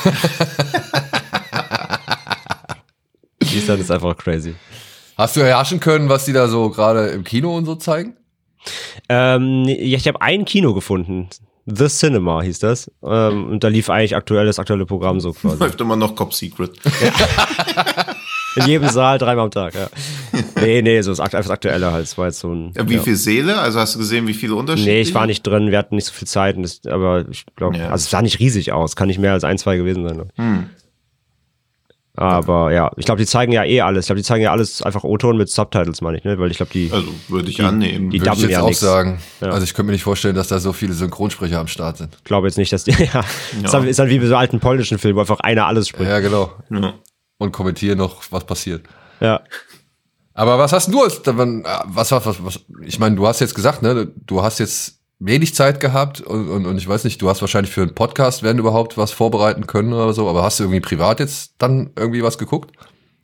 Speaker 4: Island ist einfach crazy.
Speaker 2: Hast du erhaschen können, was die da so gerade im Kino und so zeigen?
Speaker 4: Ja, ich habe ein Kino gefunden. The Cinema hieß das. Und da lief eigentlich das aktuelle Programm so quasi.
Speaker 3: Läuft immer noch Cop Secret.
Speaker 4: Ja. In jedem Saal 3-mal am Tag, ja. Nee, so das Aktuelle halt. Das war jetzt so ein.
Speaker 3: Wie viel Säle? Also hast du gesehen, wie viele Unterschiede?
Speaker 4: Nee, ich war nicht drin, wir hatten nicht so viel Zeit. Aber ich glaube, also es sah nicht riesig aus. Kann nicht mehr als 1, 2 gewesen sein. Aber ja, ich glaube, die zeigen ja eh alles. Ich glaube, die zeigen ja alles einfach O-Ton mit Subtitles, meine ich, ne? Weil ich glaube,
Speaker 3: Also würde ich annehmen.
Speaker 2: Die würde ich jetzt
Speaker 4: ja
Speaker 2: auch
Speaker 4: nix.
Speaker 2: sagen.
Speaker 4: Ja.
Speaker 2: Also ich könnte mir nicht vorstellen, dass da so viele Synchronsprecher am Start sind.
Speaker 4: Ich glaube jetzt nicht, dass die, Ist dann wie bei so alten polnischen Filmen, wo einfach einer alles spricht.
Speaker 2: Ja, genau.
Speaker 3: Ja.
Speaker 2: Und kommentieren noch, was passiert.
Speaker 4: Ja.
Speaker 2: Aber was hast du ich meine, du hast jetzt gesagt, ne, du hast jetzt wenig Zeit gehabt und ich weiß nicht, du hast wahrscheinlich für einen Podcast, wenn überhaupt, was vorbereiten können oder so, aber hast du irgendwie privat jetzt dann irgendwie was geguckt?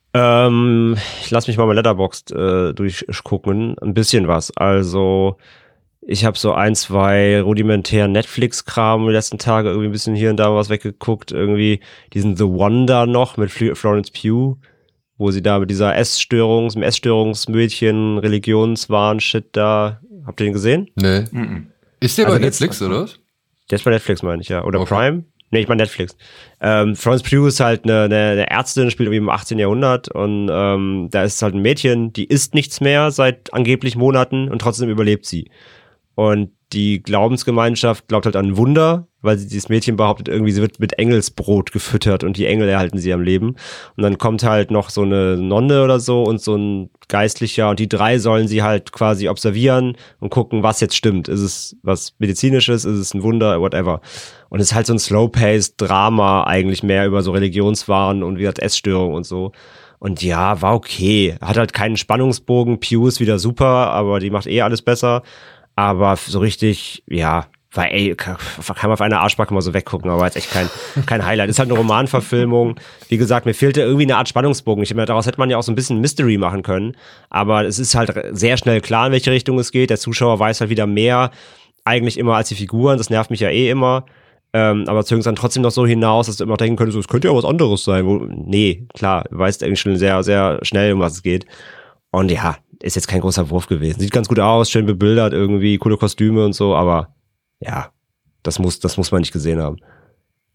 Speaker 4: Ich lass mich mal Letterboxd durchgucken, ein bisschen was. Also ich habe so 1, 2 rudimentären Netflix-Kram die letzten Tage irgendwie ein bisschen hier und da was weggeguckt. Irgendwie diesen The Wonder noch mit Florence Pugh, wo sie da mit dieser Essstörungsmädchen, Religionswahn-Shit da, habt ihr den gesehen?
Speaker 2: Nee. Ist der
Speaker 4: Also
Speaker 2: bei Netflix, oder was?
Speaker 4: Der ist bei Netflix, meine ich, ja. Oder
Speaker 2: Okay.
Speaker 4: Prime? Nee, ich meine Netflix. Florence Pugh ist halt eine Ärztin, spielt irgendwie im 18. Jahrhundert und da ist halt ein Mädchen, die isst nichts mehr seit angeblich Monaten und trotzdem überlebt sie. Und die Glaubensgemeinschaft glaubt halt an ein Wunder, weil dieses Mädchen behauptet irgendwie, sie wird mit Engelsbrot gefüttert und die Engel erhalten sie am Leben. Und dann kommt halt noch so eine Nonne oder so und so ein Geistlicher und die 3 sollen sie halt quasi observieren und gucken, was jetzt stimmt. Ist es was Medizinisches? Ist es ein Wunder? Whatever. Und es ist halt so ein Slow-Paced Drama eigentlich mehr über so Religionswahn und wie gesagt Essstörung und so. Und ja, war okay. Hat halt keinen Spannungsbogen. Pew ist wieder super, aber die macht eh alles besser. Aber so richtig, ja, kann man auf einer Arschbacke mal so weggucken, aber jetzt echt kein Highlight. Ist halt eine Romanverfilmung. Wie gesagt, mir fehlte irgendwie eine Art Spannungsbogen. Daraus hätte man ja auch so ein bisschen Mystery machen können. Aber es ist halt sehr schnell klar, in welche Richtung es geht. Der Zuschauer weiß halt wieder mehr, eigentlich immer als die Figuren. Das nervt mich ja eh immer. Aber zögern es dann trotzdem noch so hinaus, dass du immer denken könntest, es könnte ja was anderes sein. Nee, klar, du weißt eigentlich schon sehr, sehr schnell, um was es geht. Und ja, ist jetzt kein großer Wurf gewesen. Sieht ganz gut aus, schön bebildert irgendwie, coole Kostüme und so, aber ja, das muss man nicht gesehen haben.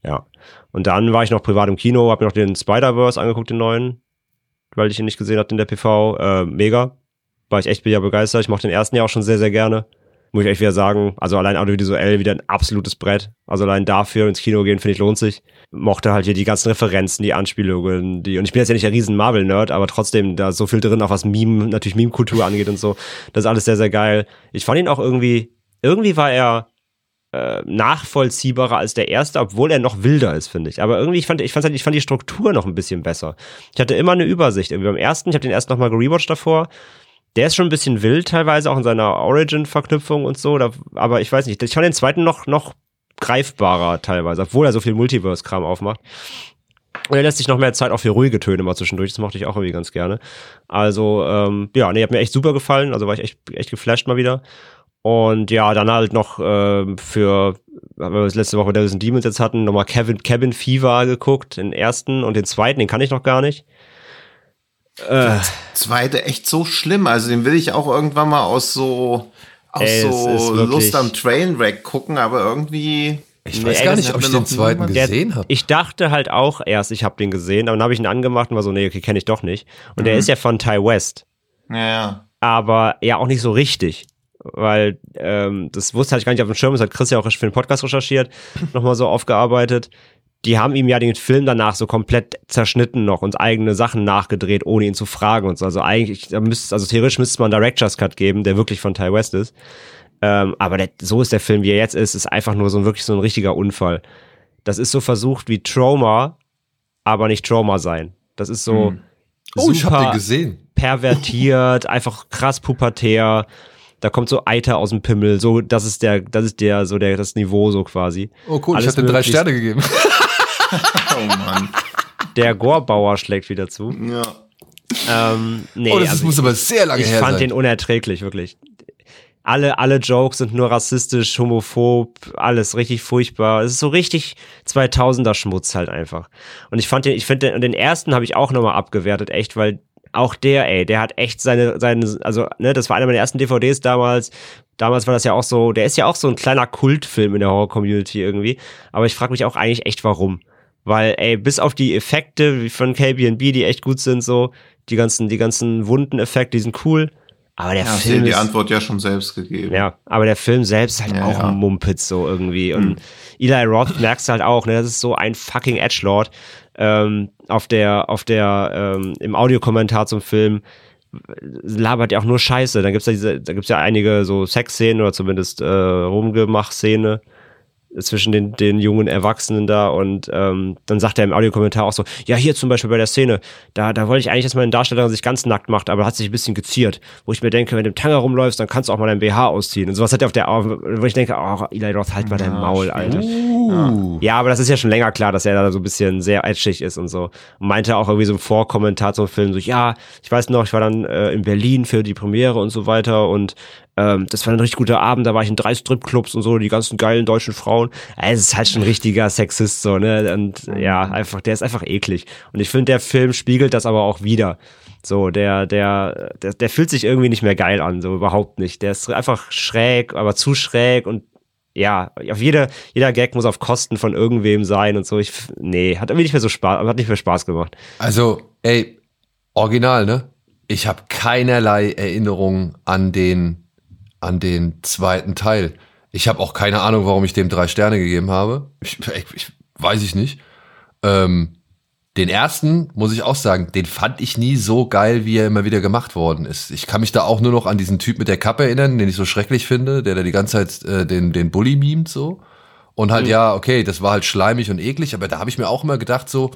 Speaker 4: Ja. Und dann war ich noch privat im Kino, habe mir noch den Spider-Verse angeguckt, den neuen, weil ich ihn nicht gesehen hatte in der PV. Mega. War ich echt begeistert. Ich mochte den ersten ja auch schon sehr, sehr gerne. Muss ich echt wieder sagen. Also allein audiovisuell wieder ein absolutes Brett. Also allein dafür ins Kino gehen, finde ich, lohnt sich. Mochte halt hier die ganzen Referenzen, die Anspielungen, und ich bin jetzt ja nicht der riesen Marvel-Nerd, aber trotzdem, da ist so viel drin, auch was natürlich Meme-Kultur angeht und so. Das ist alles sehr, sehr geil. Ich fand ihn auch irgendwie war er nachvollziehbarer als der erste, obwohl er noch wilder ist, finde ich. Aber irgendwie, ich fand die Struktur noch ein bisschen besser. Ich hatte immer eine Übersicht. Irgendwie beim ersten, ich habe den ersten nochmal gerewatcht davor. Der ist schon ein bisschen wild teilweise, auch in seiner Origin-Verknüpfung und so. Aber ich weiß nicht, ich fand den zweiten noch greifbarer teilweise, obwohl er so viel Multiverse-Kram aufmacht. Und er lässt sich noch mehr Zeit auch für ruhige Töne mal zwischendurch. Das mochte ich auch irgendwie ganz gerne. Also, hat mir echt super gefallen. Also war ich echt geflasht mal wieder. Und ja, dann halt noch weil wir das letzte Woche Devils and Demons jetzt hatten, nochmal Cabin Fever geguckt, den ersten und den zweiten, den kann ich noch gar nicht.
Speaker 3: Der zweite echt so schlimm, also den will ich auch irgendwann mal aus so Lust am Trainwreck gucken, aber irgendwie...
Speaker 2: Ich weiß gar nicht, ob ich den zweiten gesehen habe.
Speaker 4: Ich dachte halt auch erst, ich habe den gesehen, aber dann habe ich ihn angemacht und war so, nee, okay, kenne ich doch nicht. Und der ist ja von Ty West.
Speaker 3: Ja.
Speaker 4: Aber ja auch nicht so richtig. Weil das wusste ich gar nicht auf dem Schirm, das hat Chris ja auch für den Podcast recherchiert, nochmal so aufgearbeitet. Die haben ihm ja den Film danach so komplett zerschnitten noch und eigene Sachen nachgedreht, ohne ihn zu fragen und so. Also eigentlich, theoretisch müsste es mal einen Director's Cut geben, der wirklich von Ty West ist. Aber so ist der Film, wie er jetzt ist einfach nur wirklich so ein richtiger Unfall. Das ist so versucht wie Trauma, aber nicht Trauma sein. Das ist so
Speaker 2: super ich hab den gesehen.
Speaker 4: Pervertiert, einfach krass pubertär. Da kommt so Eiter aus dem Pimmel, so, das ist das Niveau so quasi.
Speaker 2: Oh cool, ich hab den 3 Sterne gegeben.
Speaker 3: Oh Mann.
Speaker 4: Der Gorbauer schlägt wieder zu.
Speaker 3: Ja.
Speaker 2: Das muss aber sehr lange her sein.
Speaker 4: Ich fand den unerträglich, wirklich. Alle Jokes sind nur rassistisch, homophob, alles richtig furchtbar. Es ist so richtig 2000er Schmutz halt einfach. Und ich finde den ersten habe ich auch nochmal abgewertet, echt, weil auch der hat echt seine, also, ne, das war einer meiner ersten DVDs damals. Damals war das ja auch so, der ist ja auch so ein kleiner Kultfilm in der Horror-Community irgendwie. Aber ich frage mich auch eigentlich echt, warum. Weil, bis auf die Effekte von KB&B, die echt gut sind, so, die ganzen wunden Effekte, die sind cool. Aber der Film
Speaker 3: die Antwort ja schon selbst gegeben.
Speaker 4: Ja, aber der Film selbst ist halt auch ein Mumpitz so irgendwie. Und Eli Roth merkst du halt auch, ne, das ist so ein fucking Edgelord. Im Audiokommentar zum Film labert ja auch nur Scheiße. Dann gibt's ja einige so Sexszenen oder zumindest Rumgemach-Szene zwischen den jungen Erwachsenen da und dann sagt er im Audiokommentar auch so, ja, hier zum Beispiel bei der Szene, da wollte ich eigentlich, dass man den Darsteller sich ganz nackt macht, aber hat sich ein bisschen geziert, wo ich mir denke, wenn du im Tanga rumläufst, dann kannst du auch mal dein BH ausziehen und sowas hat er wo ich denke, oh, Eli Roth, halt mal dein Maul, Alter. Ja, aber das ist ja schon länger klar, dass er da so ein bisschen sehr edgig ist und so. Und meinte auch irgendwie so im Vorkommentar zum Film so, ja, ich weiß noch, ich war dann in Berlin für die Premiere und so weiter und das war ein richtig guter Abend, da war ich in 3 Stripclubs und so, die ganzen geilen deutschen Frauen. Es ist halt schon ein richtiger Sexist, so, ne? Und ja, der ist einfach eklig. Und ich finde, der Film spiegelt das aber auch wieder. So, der fühlt sich irgendwie nicht mehr geil an, so überhaupt nicht. Der ist einfach schräg, aber zu schräg und ja, jeder Gag muss auf Kosten von irgendwem sein und so. Hat irgendwie nicht mehr so Spaß, hat nicht mehr Spaß gemacht.
Speaker 2: Also, original, ne? Ich habe keinerlei Erinnerung an den zweiten Teil. Ich habe auch keine Ahnung, warum ich dem 3 Sterne gegeben habe. Weiß ich nicht. Den ersten, muss ich auch sagen, den fand ich nie so geil, wie er immer wieder gemacht worden ist. Ich kann mich da auch nur noch an diesen Typ mit der Kappe erinnern, den ich so schrecklich finde, der da die ganze Zeit den Bully mimt so. Und halt, ja, okay, das war halt schleimig und eklig, aber da habe ich mir auch immer gedacht so,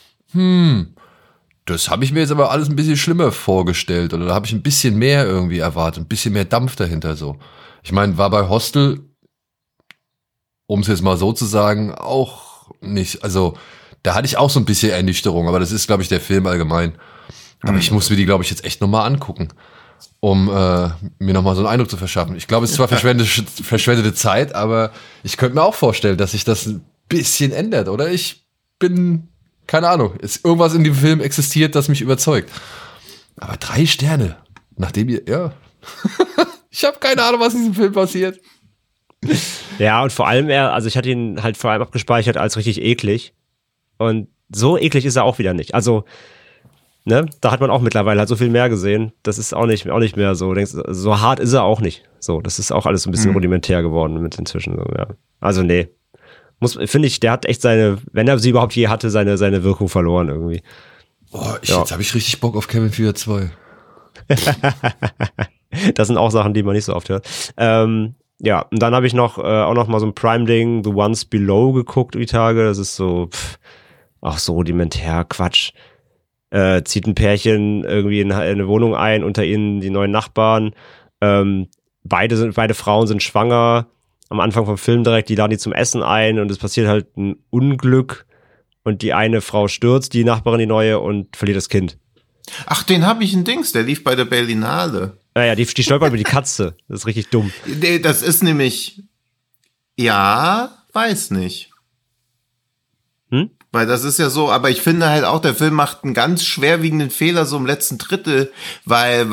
Speaker 2: das habe ich mir jetzt aber alles ein bisschen schlimmer vorgestellt oder da habe ich ein bisschen mehr irgendwie erwartet, ein bisschen mehr Dampf dahinter so. Ich meine, war bei Hostel, um es jetzt mal so zu sagen, auch nicht, also da hatte ich auch so ein bisschen Ernüchterung, aber das ist, glaube ich, der Film allgemein. Aber ich muss mir die, glaube ich, jetzt echt nochmal angucken, um mir nochmal so einen Eindruck zu verschaffen. Ich glaube, es ist zwar verschwendete Zeit, aber ich könnte mir auch vorstellen, dass sich das ein bisschen ändert, oder? Ich bin... Keine Ahnung, ist irgendwas in dem Film existiert, das mich überzeugt. Aber 3 Sterne, nachdem ihr, ja. Ich habe keine Ahnung, was in diesem Film passiert.
Speaker 4: Ja, und vor allem also ich hatte ihn halt vor allem abgespeichert als richtig eklig. Und so eklig ist er auch wieder nicht. Also, ne, da hat man auch mittlerweile halt so viel mehr gesehen. Das ist auch nicht mehr so. So hart ist er auch nicht. So, das ist auch alles ein bisschen rudimentär geworden mit inzwischen. So, ja. Also, nee. Finde ich, der hat echt wenn er sie überhaupt je hatte, seine Wirkung verloren irgendwie.
Speaker 2: Boah, jetzt habe ich richtig Bock auf Cabin Fever 2.
Speaker 4: Das sind auch Sachen, die man nicht so oft hört. Ja, und dann habe ich auch noch mal so ein Prime-Ding, The Ones Below geguckt, die Tage. Das ist so, auch so rudimentär, Quatsch. Zieht ein Pärchen irgendwie in eine Wohnung ein, unter ihnen die neuen Nachbarn. Beide Frauen sind schwanger. Am Anfang vom Film direkt, die laden die zum Essen ein und es passiert halt ein Unglück und die eine Frau stürzt, die Nachbarin, die neue, und verliert das Kind.
Speaker 3: Ach, den habe ich in Dings, der lief bei der Berlinale.
Speaker 4: Naja, die stolpert über die Katze. Das ist richtig dumm.
Speaker 3: Nee, das ist nämlich, ja, weiß nicht. Weil das ist ja so, aber ich finde halt auch, der Film macht einen ganz schwerwiegenden Fehler so im letzten Drittel, weil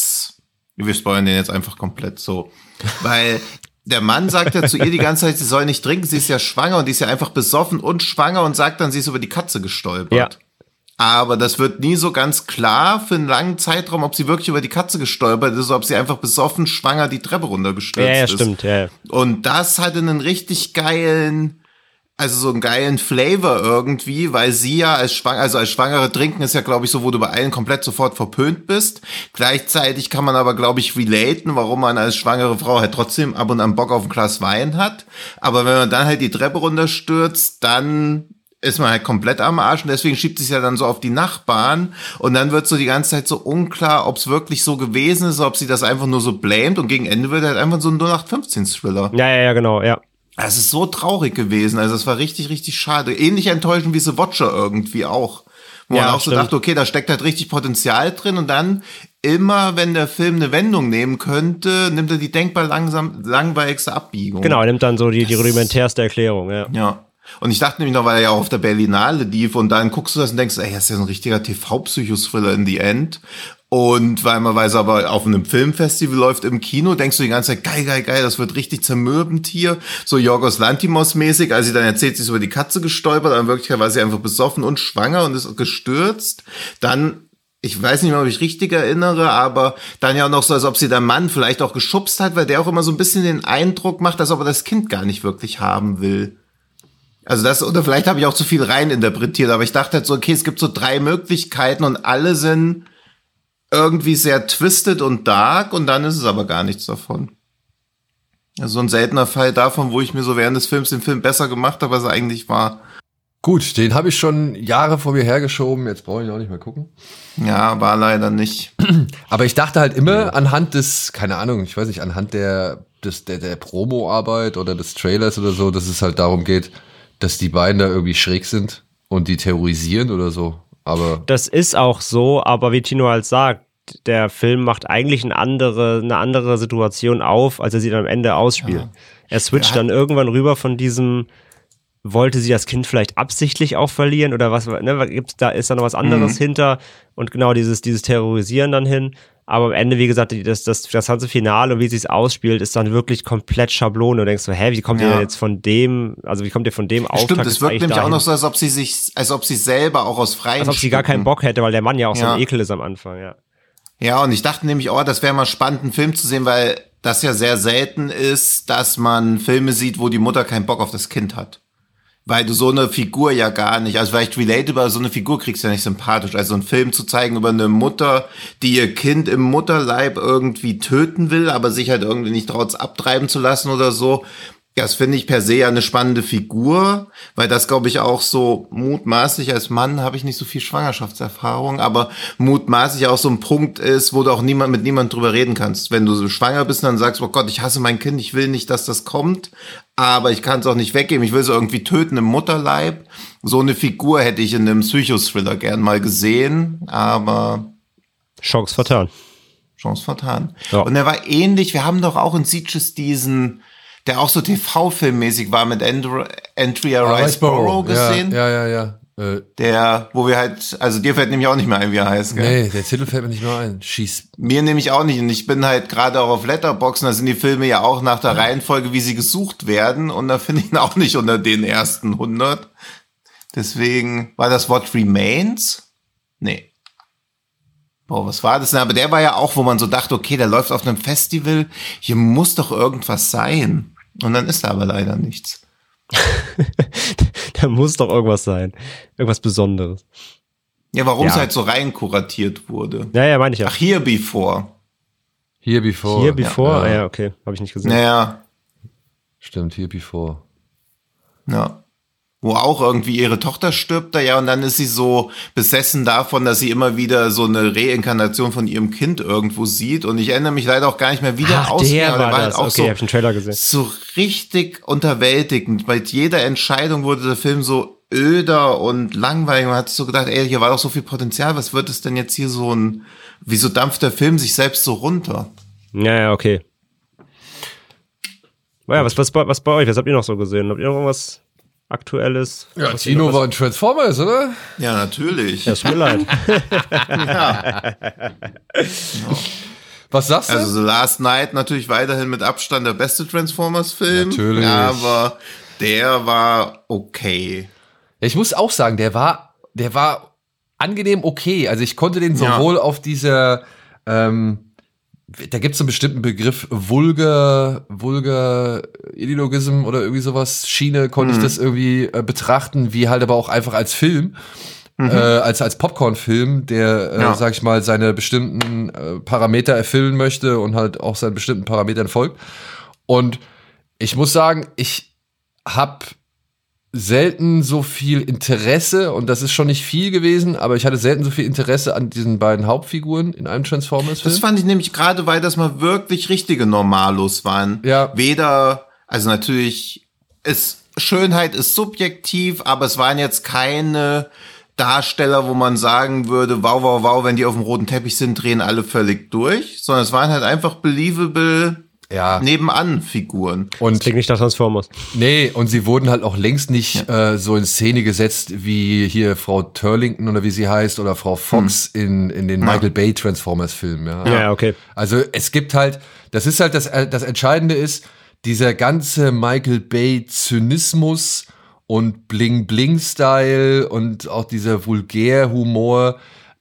Speaker 3: wir spoilern den jetzt einfach komplett so, weil der Mann sagt ja zu ihr die ganze Zeit, sie soll nicht trinken, sie ist ja schwanger und die ist ja einfach besoffen und schwanger und sagt dann, sie ist über die Katze gestolpert. Ja. Aber das wird nie so ganz klar für einen langen Zeitraum, ob sie wirklich über die Katze gestolpert ist, oder ob sie einfach besoffen, schwanger die Treppe runtergestürzt ist.
Speaker 4: Ja, stimmt, ja.
Speaker 3: Und das hatte einen richtig geilen, also so einen geilen Flavor irgendwie, weil sie ja als Schwangere trinken ist ja, glaube ich, so, wo du bei allen komplett sofort verpönt bist. Gleichzeitig kann man aber, glaube ich, relaten, warum man als schwangere Frau halt trotzdem ab und an Bock auf ein Glas Wein hat. Aber wenn man dann halt die Treppe runterstürzt, dann ist man halt komplett am Arsch und deswegen schiebt sich ja dann so auf die Nachbarn und dann wird so die ganze Zeit so unklar, ob es wirklich so gewesen ist, ob sie das einfach nur so blamet und gegen Ende wird halt einfach so ein 0815-Thriller.
Speaker 4: Ja, genau, ja.
Speaker 3: Es ist so traurig gewesen, also es war richtig, richtig schade. Ähnlich enttäuschend wie The Watcher irgendwie auch. Wo man auch so dachte, okay, da steckt halt richtig Potenzial drin und dann immer, wenn der Film eine Wendung nehmen könnte, nimmt er die denkbar langweiligste Abbiegung.
Speaker 4: Genau, er nimmt dann so die rudimentärste Erklärung, ja.
Speaker 3: Ja. Und ich dachte nämlich noch, weil er ja auch auf der Berlinale lief und dann guckst du das und denkst, ey, das ist ja so ein richtiger TV-Psychothriller in the end. Und weil man weiß aber, auf einem Filmfestival läuft im Kino, denkst du die ganze Zeit, geil, das wird richtig zermürbend hier. So Yorgos Lanthimos-mäßig, als sie dann erzählt, sie ist über die Katze gestolpert, aber in Wirklichkeit war sie einfach besoffen und schwanger und ist gestürzt. Dann, ich weiß nicht mehr, ob ich richtig erinnere, aber dann ja auch noch so, als ob sie der Mann vielleicht auch geschubst hat, weil der auch immer so ein bisschen den Eindruck macht, als ob er das Kind gar nicht wirklich haben will. Also oder vielleicht habe ich auch zu viel reininterpretiert, aber ich dachte halt so, okay, es gibt so 3 Möglichkeiten und alle sind irgendwie sehr twisted und dark und dann ist es aber gar nichts davon. Also ein seltener Fall davon, wo ich mir so während des Films den Film besser gemacht habe, als er eigentlich war.
Speaker 2: Gut, den habe ich schon Jahre vor mir hergeschoben, jetzt brauche ich auch nicht mehr gucken.
Speaker 3: Ja, war leider nicht.
Speaker 2: Aber ich dachte halt immer anhand des, keine Ahnung, ich weiß nicht, anhand der Promo-Arbeit oder des Trailers oder so, dass es halt darum geht, dass die beiden da irgendwie schräg sind und die terrorisieren oder so. Aber
Speaker 4: das ist auch so, aber wie Tino halt sagt, der Film macht eigentlich eine andere Situation auf, als er sie dann am Ende ausspielt. Ja. Er switcht dann irgendwann rüber von diesem, wollte sie das Kind vielleicht absichtlich auch verlieren oder was, ne, ist da noch was anderes hinter und genau dieses Terrorisieren dann hin. Aber am Ende, wie gesagt, das ganze Finale und wie sie es ausspielt, ist dann wirklich komplett Schablone. Du denkst so, wie kommt ihr denn jetzt von dem, also wie kommt ihr von dem Auftakt?
Speaker 3: Stimmt, es wirkt nämlich auch noch so, als ob sie selber auch aus freien
Speaker 4: als ob sie gar keinen Bock hätte, weil der Mann ja auch so ein Ekel ist am Anfang, ja.
Speaker 3: Ja, und ich dachte nämlich, das wäre mal spannend, einen Film zu sehen, weil das ja sehr selten ist, dass man Filme sieht, wo die Mutter keinen Bock auf das Kind hat. Weil du so eine Figur ja gar nicht, also vielleicht relatable, so eine Figur kriegst du ja nicht sympathisch. Also einen Film zu zeigen über eine Mutter, die ihr Kind im Mutterleib irgendwie töten will, aber sich halt irgendwie nicht traut, abtreiben zu lassen oder so. Das finde ich per se ja eine spannende Figur, weil das, glaube ich, auch so mutmaßlich als Mann habe ich nicht so viel Schwangerschaftserfahrung, aber mutmaßlich auch so ein Punkt ist, wo du auch mit niemand drüber reden kannst. Wenn du so schwanger bist und dann sagst, oh Gott, ich hasse mein Kind, ich will nicht, dass das kommt, aber ich kann es auch nicht weggeben, ich will es irgendwie töten im Mutterleib. So eine Figur hätte ich in einem Psychothriller gern mal gesehen, aber
Speaker 4: Chance vertan.
Speaker 3: Ja. Und er war ähnlich, wir haben doch auch in Sieges diesen, der auch so TV-filmmäßig war, mit Andrea Riseborough gesehen.
Speaker 2: Ja.
Speaker 3: Wo wir halt, also dir fällt nämlich auch nicht mehr ein, wie er heißt, gell?
Speaker 2: Nee, der Titel fällt mir nicht mehr ein.
Speaker 3: Mir nämlich auch nicht. Und ich bin halt gerade auch auf Letterboxd, da sind die Filme ja auch nach der Reihenfolge, wie sie gesucht werden. Und da finde ich ihn auch nicht unter den ersten 100. Deswegen, war das What Remains? Nee. Boah, was war das denn? Aber der war ja auch, wo man so dachte, okay, der läuft auf einem Festival, hier muss doch irgendwas sein. Und dann ist da aber leider nichts.
Speaker 4: Da muss doch irgendwas sein. Irgendwas Besonderes.
Speaker 3: Ja, warum es halt so rein kuratiert wurde.
Speaker 4: Ja, meine ich ja.
Speaker 3: Ach, Here Before.
Speaker 2: Here Before.
Speaker 4: Here Before? Ja, okay. Habe ich nicht gesehen.
Speaker 3: Naja.
Speaker 2: Stimmt, Here Before.
Speaker 3: Ja. Wo auch irgendwie ihre Tochter stirbt da, ja, und dann ist sie so besessen davon, dass sie immer wieder so eine Reinkarnation von ihrem Kind irgendwo sieht. Und ich erinnere mich leider auch gar nicht mehr, wie der aussieht.
Speaker 4: Der war
Speaker 3: halt
Speaker 4: das.
Speaker 3: auch
Speaker 4: okay, ich habe den Trailer gesehen.
Speaker 3: So richtig unterwältigend. Bei jeder Entscheidung wurde der Film so öder und langweilig. Man hat so gedacht, ey, hier war doch so viel Potenzial. Was wird es denn jetzt hier wieso dampft der Film sich selbst so runter?
Speaker 4: Ja, okay. Naja, was bei euch? Was habt ihr noch so gesehen? Habt ihr noch irgendwas Aktuelles?
Speaker 2: Ja, Tino war in Transformers, oder?
Speaker 3: Ja, natürlich.
Speaker 4: Ja, ist mir leid.
Speaker 3: Ja.
Speaker 2: Was sagst du?
Speaker 3: Also The Last Night natürlich weiterhin mit Abstand der beste Transformers-Film.
Speaker 2: Natürlich.
Speaker 3: Aber der war okay.
Speaker 2: Ich muss auch sagen, der war angenehm okay. Also ich konnte den sowohl auf dieser, da gibt's einen bestimmten Begriff, Vulgar Ideologism oder irgendwie sowas, Schiene, konnte ich das irgendwie betrachten, wie halt aber auch einfach als Film, als Popcorn-Film, der, sag ich mal, seine bestimmten Parameter erfüllen möchte und halt auch seinen bestimmten Parametern folgt. Und ich muss sagen, ich habe selten so viel Interesse, und das ist schon nicht viel gewesen, aber ich hatte selten so viel Interesse an diesen beiden Hauptfiguren in einem Transformers-Film.
Speaker 3: Das fand ich nämlich gerade, weil das mal wirklich richtige Normalos waren.
Speaker 2: Ja.
Speaker 3: Also natürlich, Schönheit ist subjektiv, aber es waren jetzt keine Darsteller, wo man sagen würde, wow, wow, wow, wenn die auf dem roten Teppich sind, drehen alle völlig durch, sondern es waren halt einfach believable Nebenan-Figuren.
Speaker 4: Und das klingt nicht nach Transformers.
Speaker 2: Nee, und sie wurden halt auch längst nicht so in Szene gesetzt, wie hier Frau Turlington oder wie sie heißt, oder Frau Fox in den Michael Bay Transformers-Filmen.
Speaker 4: Ja, okay.
Speaker 2: Also es gibt halt, das ist halt das Entscheidende ist, dieser ganze Michael Bay Zynismus und Bling-Bling-Style und auch dieser Vulgär-Humor,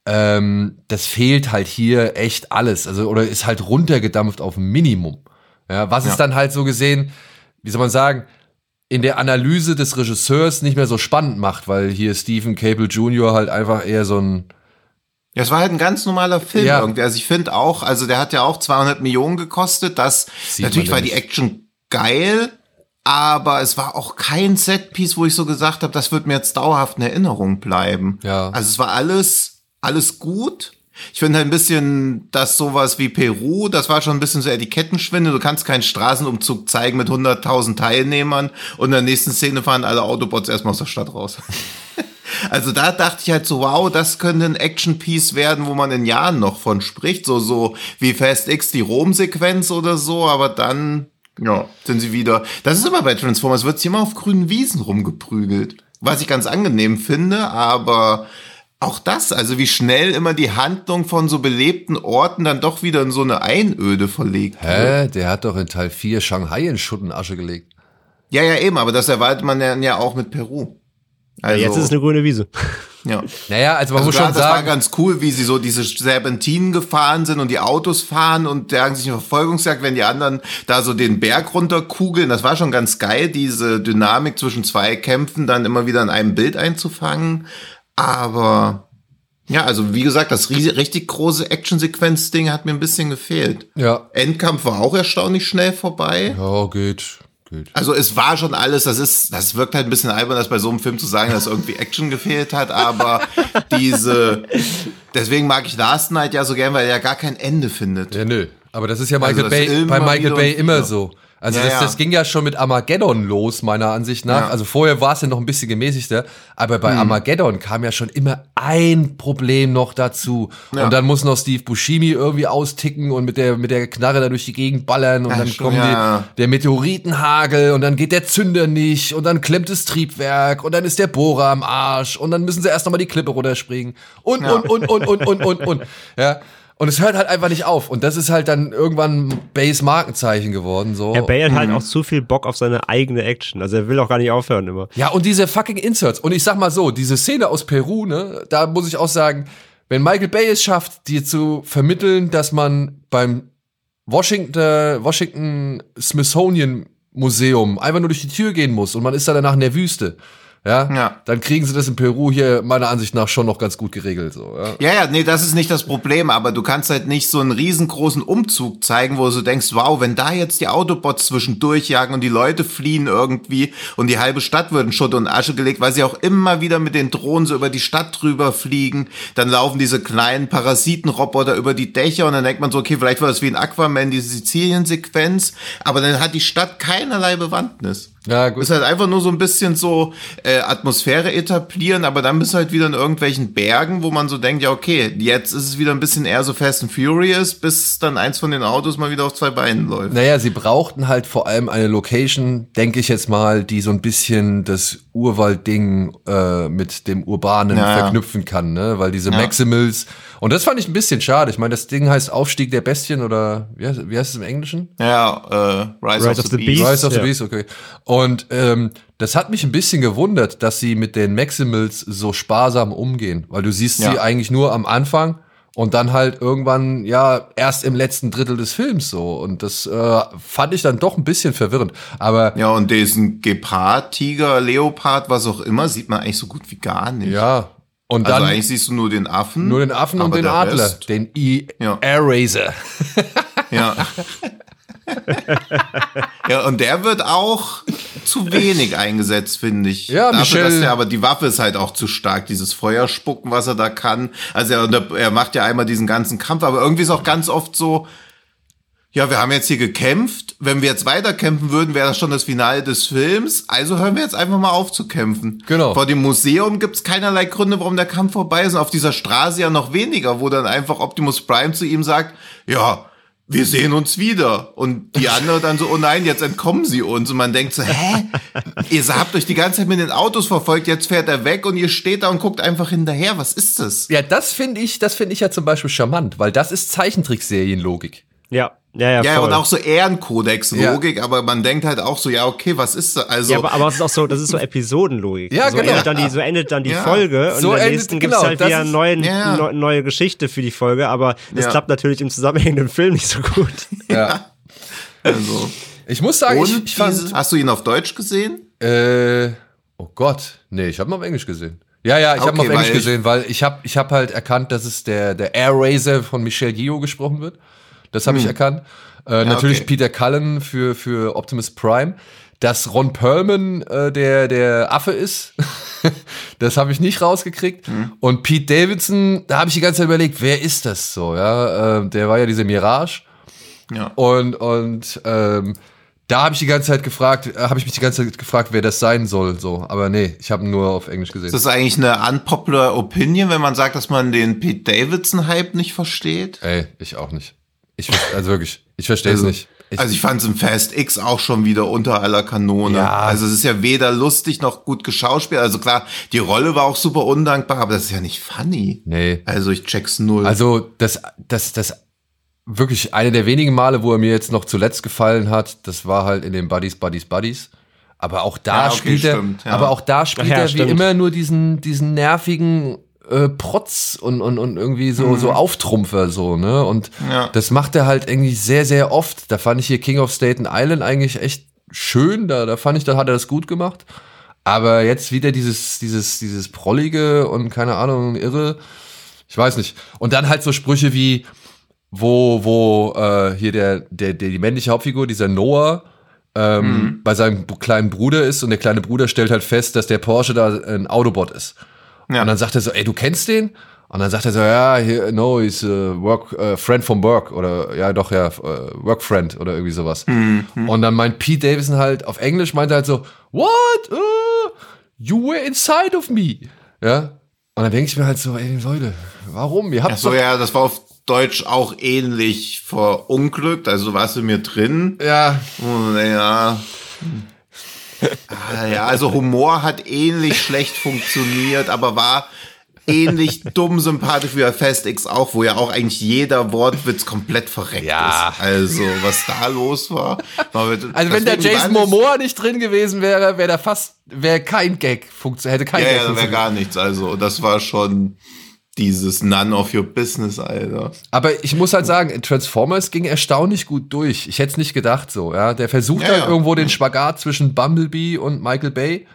Speaker 2: das fehlt halt hier echt alles. Also, oder ist halt runtergedampft auf ein Minimum. Ja, was es dann halt so gesehen, wie soll man sagen, in der Analyse des Regisseurs nicht mehr so spannend macht, weil hier Stephen Cable Jr. halt einfach eher so ein...
Speaker 3: Ja, es war halt ein ganz normaler Film irgendwie. Also ich finde auch, also der hat ja auch 200 Millionen gekostet. Natürlich war die Action geil, aber es war auch kein Setpiece, wo ich so gesagt habe, das wird mir jetzt dauerhaft in Erinnerung bleiben.
Speaker 2: Ja.
Speaker 3: Also es war alles gut. Ich finde halt ein bisschen, dass sowas wie Peru, das war schon ein bisschen so Etikettenschwindel. Du kannst keinen Straßenumzug zeigen mit 100.000 Teilnehmern und in der nächsten Szene fahren alle Autobots erstmal aus der Stadt raus. Also da dachte ich halt so, wow, das könnte ein Action-Piece werden, wo man in Jahren noch von spricht. So wie Fast X, die Rom-Sequenz oder so, aber dann, sind sie wieder. Das ist immer bei Transformers, wird sie immer auf grünen Wiesen rumgeprügelt. Was ich ganz angenehm finde, aber auch das, also wie schnell immer die Handlung von so belebten Orten dann doch wieder in so eine Einöde verlegt wird.
Speaker 2: Der hat doch in Teil 4 Shanghai in Schutt und Asche gelegt.
Speaker 3: Ja, eben, aber das erwartet man ja auch mit Peru. Also,
Speaker 4: jetzt ist es eine grüne Wiese.
Speaker 3: Ja.
Speaker 2: Naja, also man muss
Speaker 3: klar,
Speaker 2: schon
Speaker 3: das war
Speaker 2: sagen,
Speaker 3: ganz cool, wie sie so diese Serpentinen gefahren sind und die Autos fahren und jagen sich in Verfolgungsjagd, wenn die anderen da so den Berg runterkugeln. Das war schon ganz geil, diese Dynamik zwischen zwei Kämpfen dann immer wieder in einem Bild einzufangen. Aber ja, also wie gesagt, das richtig große Actionsequenz-Ding hat mir ein bisschen gefehlt.
Speaker 2: Ja.
Speaker 3: Endkampf war auch erstaunlich schnell vorbei.
Speaker 2: Ja, geht.
Speaker 3: Also es war schon alles, das wirkt halt ein bisschen albern, das bei so einem Film zu sagen, dass irgendwie Action gefehlt hat, aber deswegen mag ich Last Night ja so gern, weil er ja gar kein Ende findet.
Speaker 2: Ja, nö. Aber das ist ja bei
Speaker 3: Also
Speaker 2: Michael Bay immer so. Also
Speaker 3: Ja,
Speaker 2: das ging ja schon mit Armageddon los, meiner Ansicht nach.
Speaker 3: Ja.
Speaker 2: Also vorher war es ja noch ein bisschen gemäßigter, aber bei Armageddon kam ja schon immer ein Problem noch dazu.
Speaker 3: Ja.
Speaker 2: Und dann muss noch Steve Buscemi irgendwie austicken und mit der Knarre da durch die Gegend ballern und
Speaker 3: Ja,
Speaker 2: dann
Speaker 3: schon,
Speaker 2: kommen
Speaker 3: ja.
Speaker 2: der Meteoritenhagel und dann geht der Zünder nicht und dann klemmt das Triebwerk und dann ist der Bohrer am Arsch und dann müssen sie erst nochmal die Klippe runterspringen und. Ja. Und es hört halt einfach nicht auf. Und das ist halt dann irgendwann Bays Markenzeichen geworden. So.
Speaker 4: Herr Bay hat halt auch zu viel Bock auf seine eigene Action. Also er will auch gar nicht aufhören immer.
Speaker 2: Ja, und diese fucking Inserts. Und ich sag mal so, diese Szene aus Peru, ne, da muss ich auch sagen, wenn Michael Bay es schafft, dir zu vermitteln, dass man beim Washington Smithsonian Museum einfach nur durch die Tür gehen muss und man ist da danach in der Wüste. Ja, dann kriegen sie das in Peru hier meiner Ansicht nach schon noch ganz gut geregelt. So,
Speaker 3: Ja, nee, das ist nicht das Problem, aber du kannst halt nicht so einen riesengroßen Umzug zeigen, wo du denkst, wow, wenn da jetzt die Autobots zwischendurch jagen und die Leute fliehen irgendwie und die halbe Stadt wird in Schutt und Asche gelegt, weil sie auch immer wieder mit den Drohnen so über die Stadt drüber fliegen, dann laufen diese kleinen Parasitenroboter über die Dächer und dann denkt man so, okay, vielleicht war das wie in Aquaman, diese Sizilien-Sequenz, aber dann hat die Stadt keinerlei Bewandtnis.
Speaker 2: Ja, gut.
Speaker 3: Ist halt einfach nur so ein bisschen so Atmosphäre etablieren, aber dann bist du halt wieder in irgendwelchen Bergen, wo man so denkt, ja okay, jetzt ist es wieder ein bisschen eher so Fast and Furious, bis dann eins von den Autos mal wieder auf zwei Beinen läuft.
Speaker 2: Naja, sie brauchten halt vor allem eine Location, denke ich jetzt mal, die so ein bisschen das Urwaldding mit dem Urbanen verknüpfen kann, ne? Weil diese Maximals, und das fand ich ein bisschen schade. Ich meine, das Ding heißt Aufstieg der Bestien oder wie heißt es im Englischen?
Speaker 3: Ja, Rise of the Beast.
Speaker 2: Rise of the Beast, okay. Und das hat mich ein bisschen gewundert, dass sie mit den Maximals so sparsam umgehen, weil du siehst sie eigentlich nur am Anfang und dann halt irgendwann, ja, erst im letzten Drittel des Films so. Und das fand ich dann doch ein bisschen verwirrend. Aber
Speaker 3: ja, und diesen Gepard, Tiger, Leopard, was auch immer, sieht man eigentlich so gut wie gar nicht.
Speaker 2: ja, und
Speaker 3: Also
Speaker 2: dann
Speaker 3: eigentlich siehst du nur den Affen.
Speaker 2: nur den Affen und
Speaker 3: aber
Speaker 2: den
Speaker 3: der
Speaker 2: Adler,
Speaker 3: Rest-
Speaker 2: den
Speaker 3: Ja.
Speaker 2: Air Razor.
Speaker 3: Ja. Ja, und der wird auch zu wenig eingesetzt, finde ich.
Speaker 2: Ja,
Speaker 3: Dafür,
Speaker 2: Michel-
Speaker 3: dass aber die Waffe ist halt auch zu stark, dieses Feuerspucken, was er da kann. Also er macht ja einmal diesen ganzen Kampf, aber irgendwie ist auch ganz oft so, ja, wir haben jetzt hier gekämpft. Wenn wir jetzt weiterkämpfen würden, wäre das schon das Finale des Films. Also hören wir jetzt einfach mal auf zu kämpfen.
Speaker 2: Genau.
Speaker 3: Vor dem Museum gibt's keinerlei Gründe, warum der Kampf vorbei ist. Und auf dieser Straße ja noch weniger, wo dann einfach Optimus Prime zu ihm sagt, ja, wir sehen uns wieder. Und die andere dann so, oh nein, jetzt entkommen sie uns. Und man denkt so, hä? Ihr habt euch die ganze Zeit mit den Autos verfolgt, jetzt fährt er weg und ihr steht da und guckt einfach hinterher. Was ist das?
Speaker 2: Ja, das finde ich ja zum Beispiel charmant, weil das ist Zeichentrickserienlogik.
Speaker 4: Ja,
Speaker 3: Ja,
Speaker 4: voll.
Speaker 3: und auch so Ehrenkodex-Logik, aber man denkt halt auch so, ja, okay, was ist das? Also,
Speaker 4: Ja, aber es ist auch so, das ist so Episodenlogik.
Speaker 2: Ja,
Speaker 4: so
Speaker 2: genau.
Speaker 4: endet dann die
Speaker 3: Ja.
Speaker 4: Folge und
Speaker 2: So
Speaker 4: in der
Speaker 2: endet-
Speaker 4: nächsten gibt's
Speaker 2: genau,
Speaker 4: halt
Speaker 2: das
Speaker 4: wieder
Speaker 2: ist-
Speaker 4: neue Geschichte für die Folge, aber das
Speaker 3: Ja.
Speaker 4: klappt natürlich im zusammenhängenden Film nicht so gut.
Speaker 2: Ja.
Speaker 3: also.
Speaker 2: Ich muss sagen,
Speaker 3: Und
Speaker 2: ich fand,
Speaker 3: hast du ihn auf Deutsch gesehen?
Speaker 2: oh Gott, nee, ich habe ihn auf Englisch gesehen. Ja, ich habe ihn auf
Speaker 3: Okay,
Speaker 2: Englisch
Speaker 3: weil
Speaker 2: gesehen, weil ich hab halt erkannt, dass es der Air Razor von Michel Yeoh gesprochen wird. Das habe ich erkannt. Natürlich
Speaker 3: okay.
Speaker 2: Peter Cullen für Optimus Prime. Dass Ron Perlman der Affe ist, das habe ich nicht rausgekriegt. Und Pete Davidson, da habe ich die ganze Zeit überlegt, wer ist das so? Ja, der war ja diese Mirage.
Speaker 3: Ja.
Speaker 2: Und da habe ich mich die ganze Zeit gefragt, wer das sein soll. So, aber nee, ich habe ihn nur auf Englisch gesehen.
Speaker 3: Ist das eigentlich eine unpopular Opinion, wenn man sagt, dass man den Pete Davidson-Hype nicht versteht?
Speaker 2: Ey, ich auch nicht. Also wirklich, ich verstehe es nicht.
Speaker 3: Also ich fand es im Fast X auch schon wieder unter aller Kanone.
Speaker 2: Ja.
Speaker 3: Also es ist ja weder lustig noch gut geschauspielt. Also klar, die Rolle war auch super undankbar, aber das ist ja nicht funny.
Speaker 2: Nee.
Speaker 3: Also ich check's null.
Speaker 2: Also das wirklich eine der wenigen Male, wo er mir jetzt noch zuletzt gefallen hat, das war halt in den Buddies. Aber auch da
Speaker 3: Ja, okay,
Speaker 2: spielt er,
Speaker 3: stimmt, ja.
Speaker 2: aber auch da spielt
Speaker 4: Ja,
Speaker 2: er wie
Speaker 4: stimmt.
Speaker 2: immer nur diesen nervigen Protz und irgendwie so Auftrumpfer so, ne? Und
Speaker 3: Ja.
Speaker 2: das macht er halt irgendwie sehr, sehr oft. Da fand ich hier King of Staten Island eigentlich echt schön. Da fand ich, da hat er das gut gemacht. Aber jetzt wieder dieses Prollige und keine Ahnung, irre. Ich weiß nicht. Und dann halt so Sprüche wie, wo hier die männliche Hauptfigur, dieser Noah, bei seinem kleinen Bruder ist und der kleine Bruder stellt halt fest, dass der Porsche da ein Autobot ist.
Speaker 3: Ja.
Speaker 2: Und dann sagt er so, ey, du kennst den? Und dann sagt er so, ja, no, he's a friend from work oder work friend oder irgendwie sowas. Und dann meint Pete Davidson halt, auf Englisch meint er halt so, what? You were inside of me. Ja. Und dann denke ich mir halt so, ey, Leute, warum? Ihr habt
Speaker 3: Ach so, ja, das war auf Deutsch auch ähnlich verunglückt, also warst du mir drin.
Speaker 2: Ja.
Speaker 3: Und, ja. Ja, also Humor hat ähnlich schlecht funktioniert, aber war ähnlich dumm sympathisch wie bei Fast X auch, wo ja auch eigentlich jeder Wortwitz komplett verreckt ist. Also, was da los war.
Speaker 2: Also, wenn der Jason Momoa nicht drin gewesen wäre, wäre kein Gag funktioniert, hätte kein Gag
Speaker 3: funktioniert. Ja, wäre gar nichts. Also, das war schon dieses None of your business, Alter.
Speaker 2: Aber ich muss halt sagen, Transformers ging erstaunlich gut durch. Ich hätte es nicht gedacht so, ja. Der versucht halt irgendwo den Spagat zwischen Bumblebee und Michael Bay.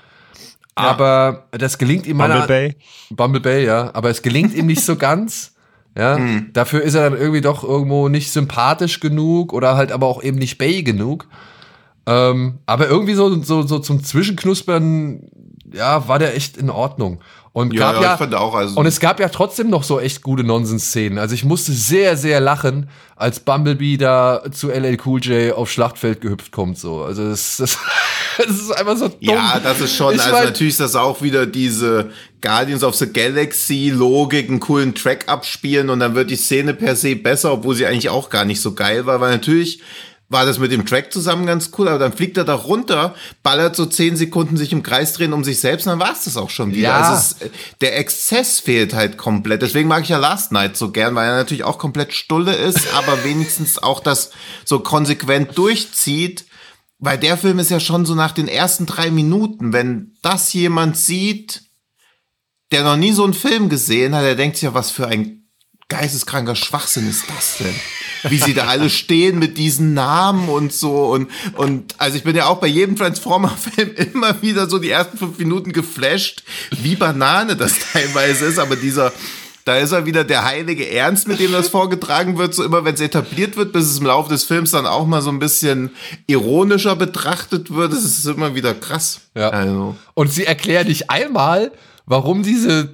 Speaker 2: Aber das gelingt ihm Bumblebee, ja. Aber es gelingt ihm nicht so ganz. Ja. Dafür ist er dann irgendwie doch irgendwo nicht sympathisch genug oder halt aber auch eben nicht Bay genug. Aber irgendwie so zum Zwischenknuspern, ja, war der echt in Ordnung. Und ich fand auch, und es gab ja trotzdem noch so echt gute Nonsens-Szenen. Also ich musste sehr, sehr lachen, als Bumblebee da zu LL Cool J auf Schlachtfeld gehüpft kommt. So. Also das ist einfach so dumm.
Speaker 3: Ja, das ist schon, natürlich ist das auch wieder diese Guardians of the Galaxy-Logik, einen coolen Track abspielen und dann wird die Szene per se besser, obwohl sie eigentlich auch gar nicht so geil war, weil natürlich war das mit dem Track zusammen ganz cool, aber dann fliegt er da runter, ballert so 10 Sekunden sich im Kreis drehen um sich selbst und dann war es das auch schon wieder.
Speaker 2: Ja.
Speaker 3: Also der Exzess fehlt halt komplett. Deswegen mag ich ja Last Night so gern, weil er natürlich auch komplett stulle ist, aber wenigstens auch das so konsequent durchzieht. Weil der Film ist ja schon so nach den ersten 3 Minuten, wenn das jemand sieht, der noch nie so einen Film gesehen hat, der denkt sich ja, was für ein geisteskranker Schwachsinn ist das denn? Wie sie da alle stehen mit diesen Namen und so und also ich bin ja auch bei jedem Transformer-Film immer wieder so die ersten 5 Minuten geflasht, wie Banane das teilweise ist, aber da ist er wieder der heilige Ernst, mit dem das vorgetragen wird, so immer wenn es etabliert wird, bis es im Laufe des Films dann auch mal so ein bisschen ironischer betrachtet wird, das ist immer wieder krass.
Speaker 2: Ja. Also. Und sie erklären nicht einmal, warum diese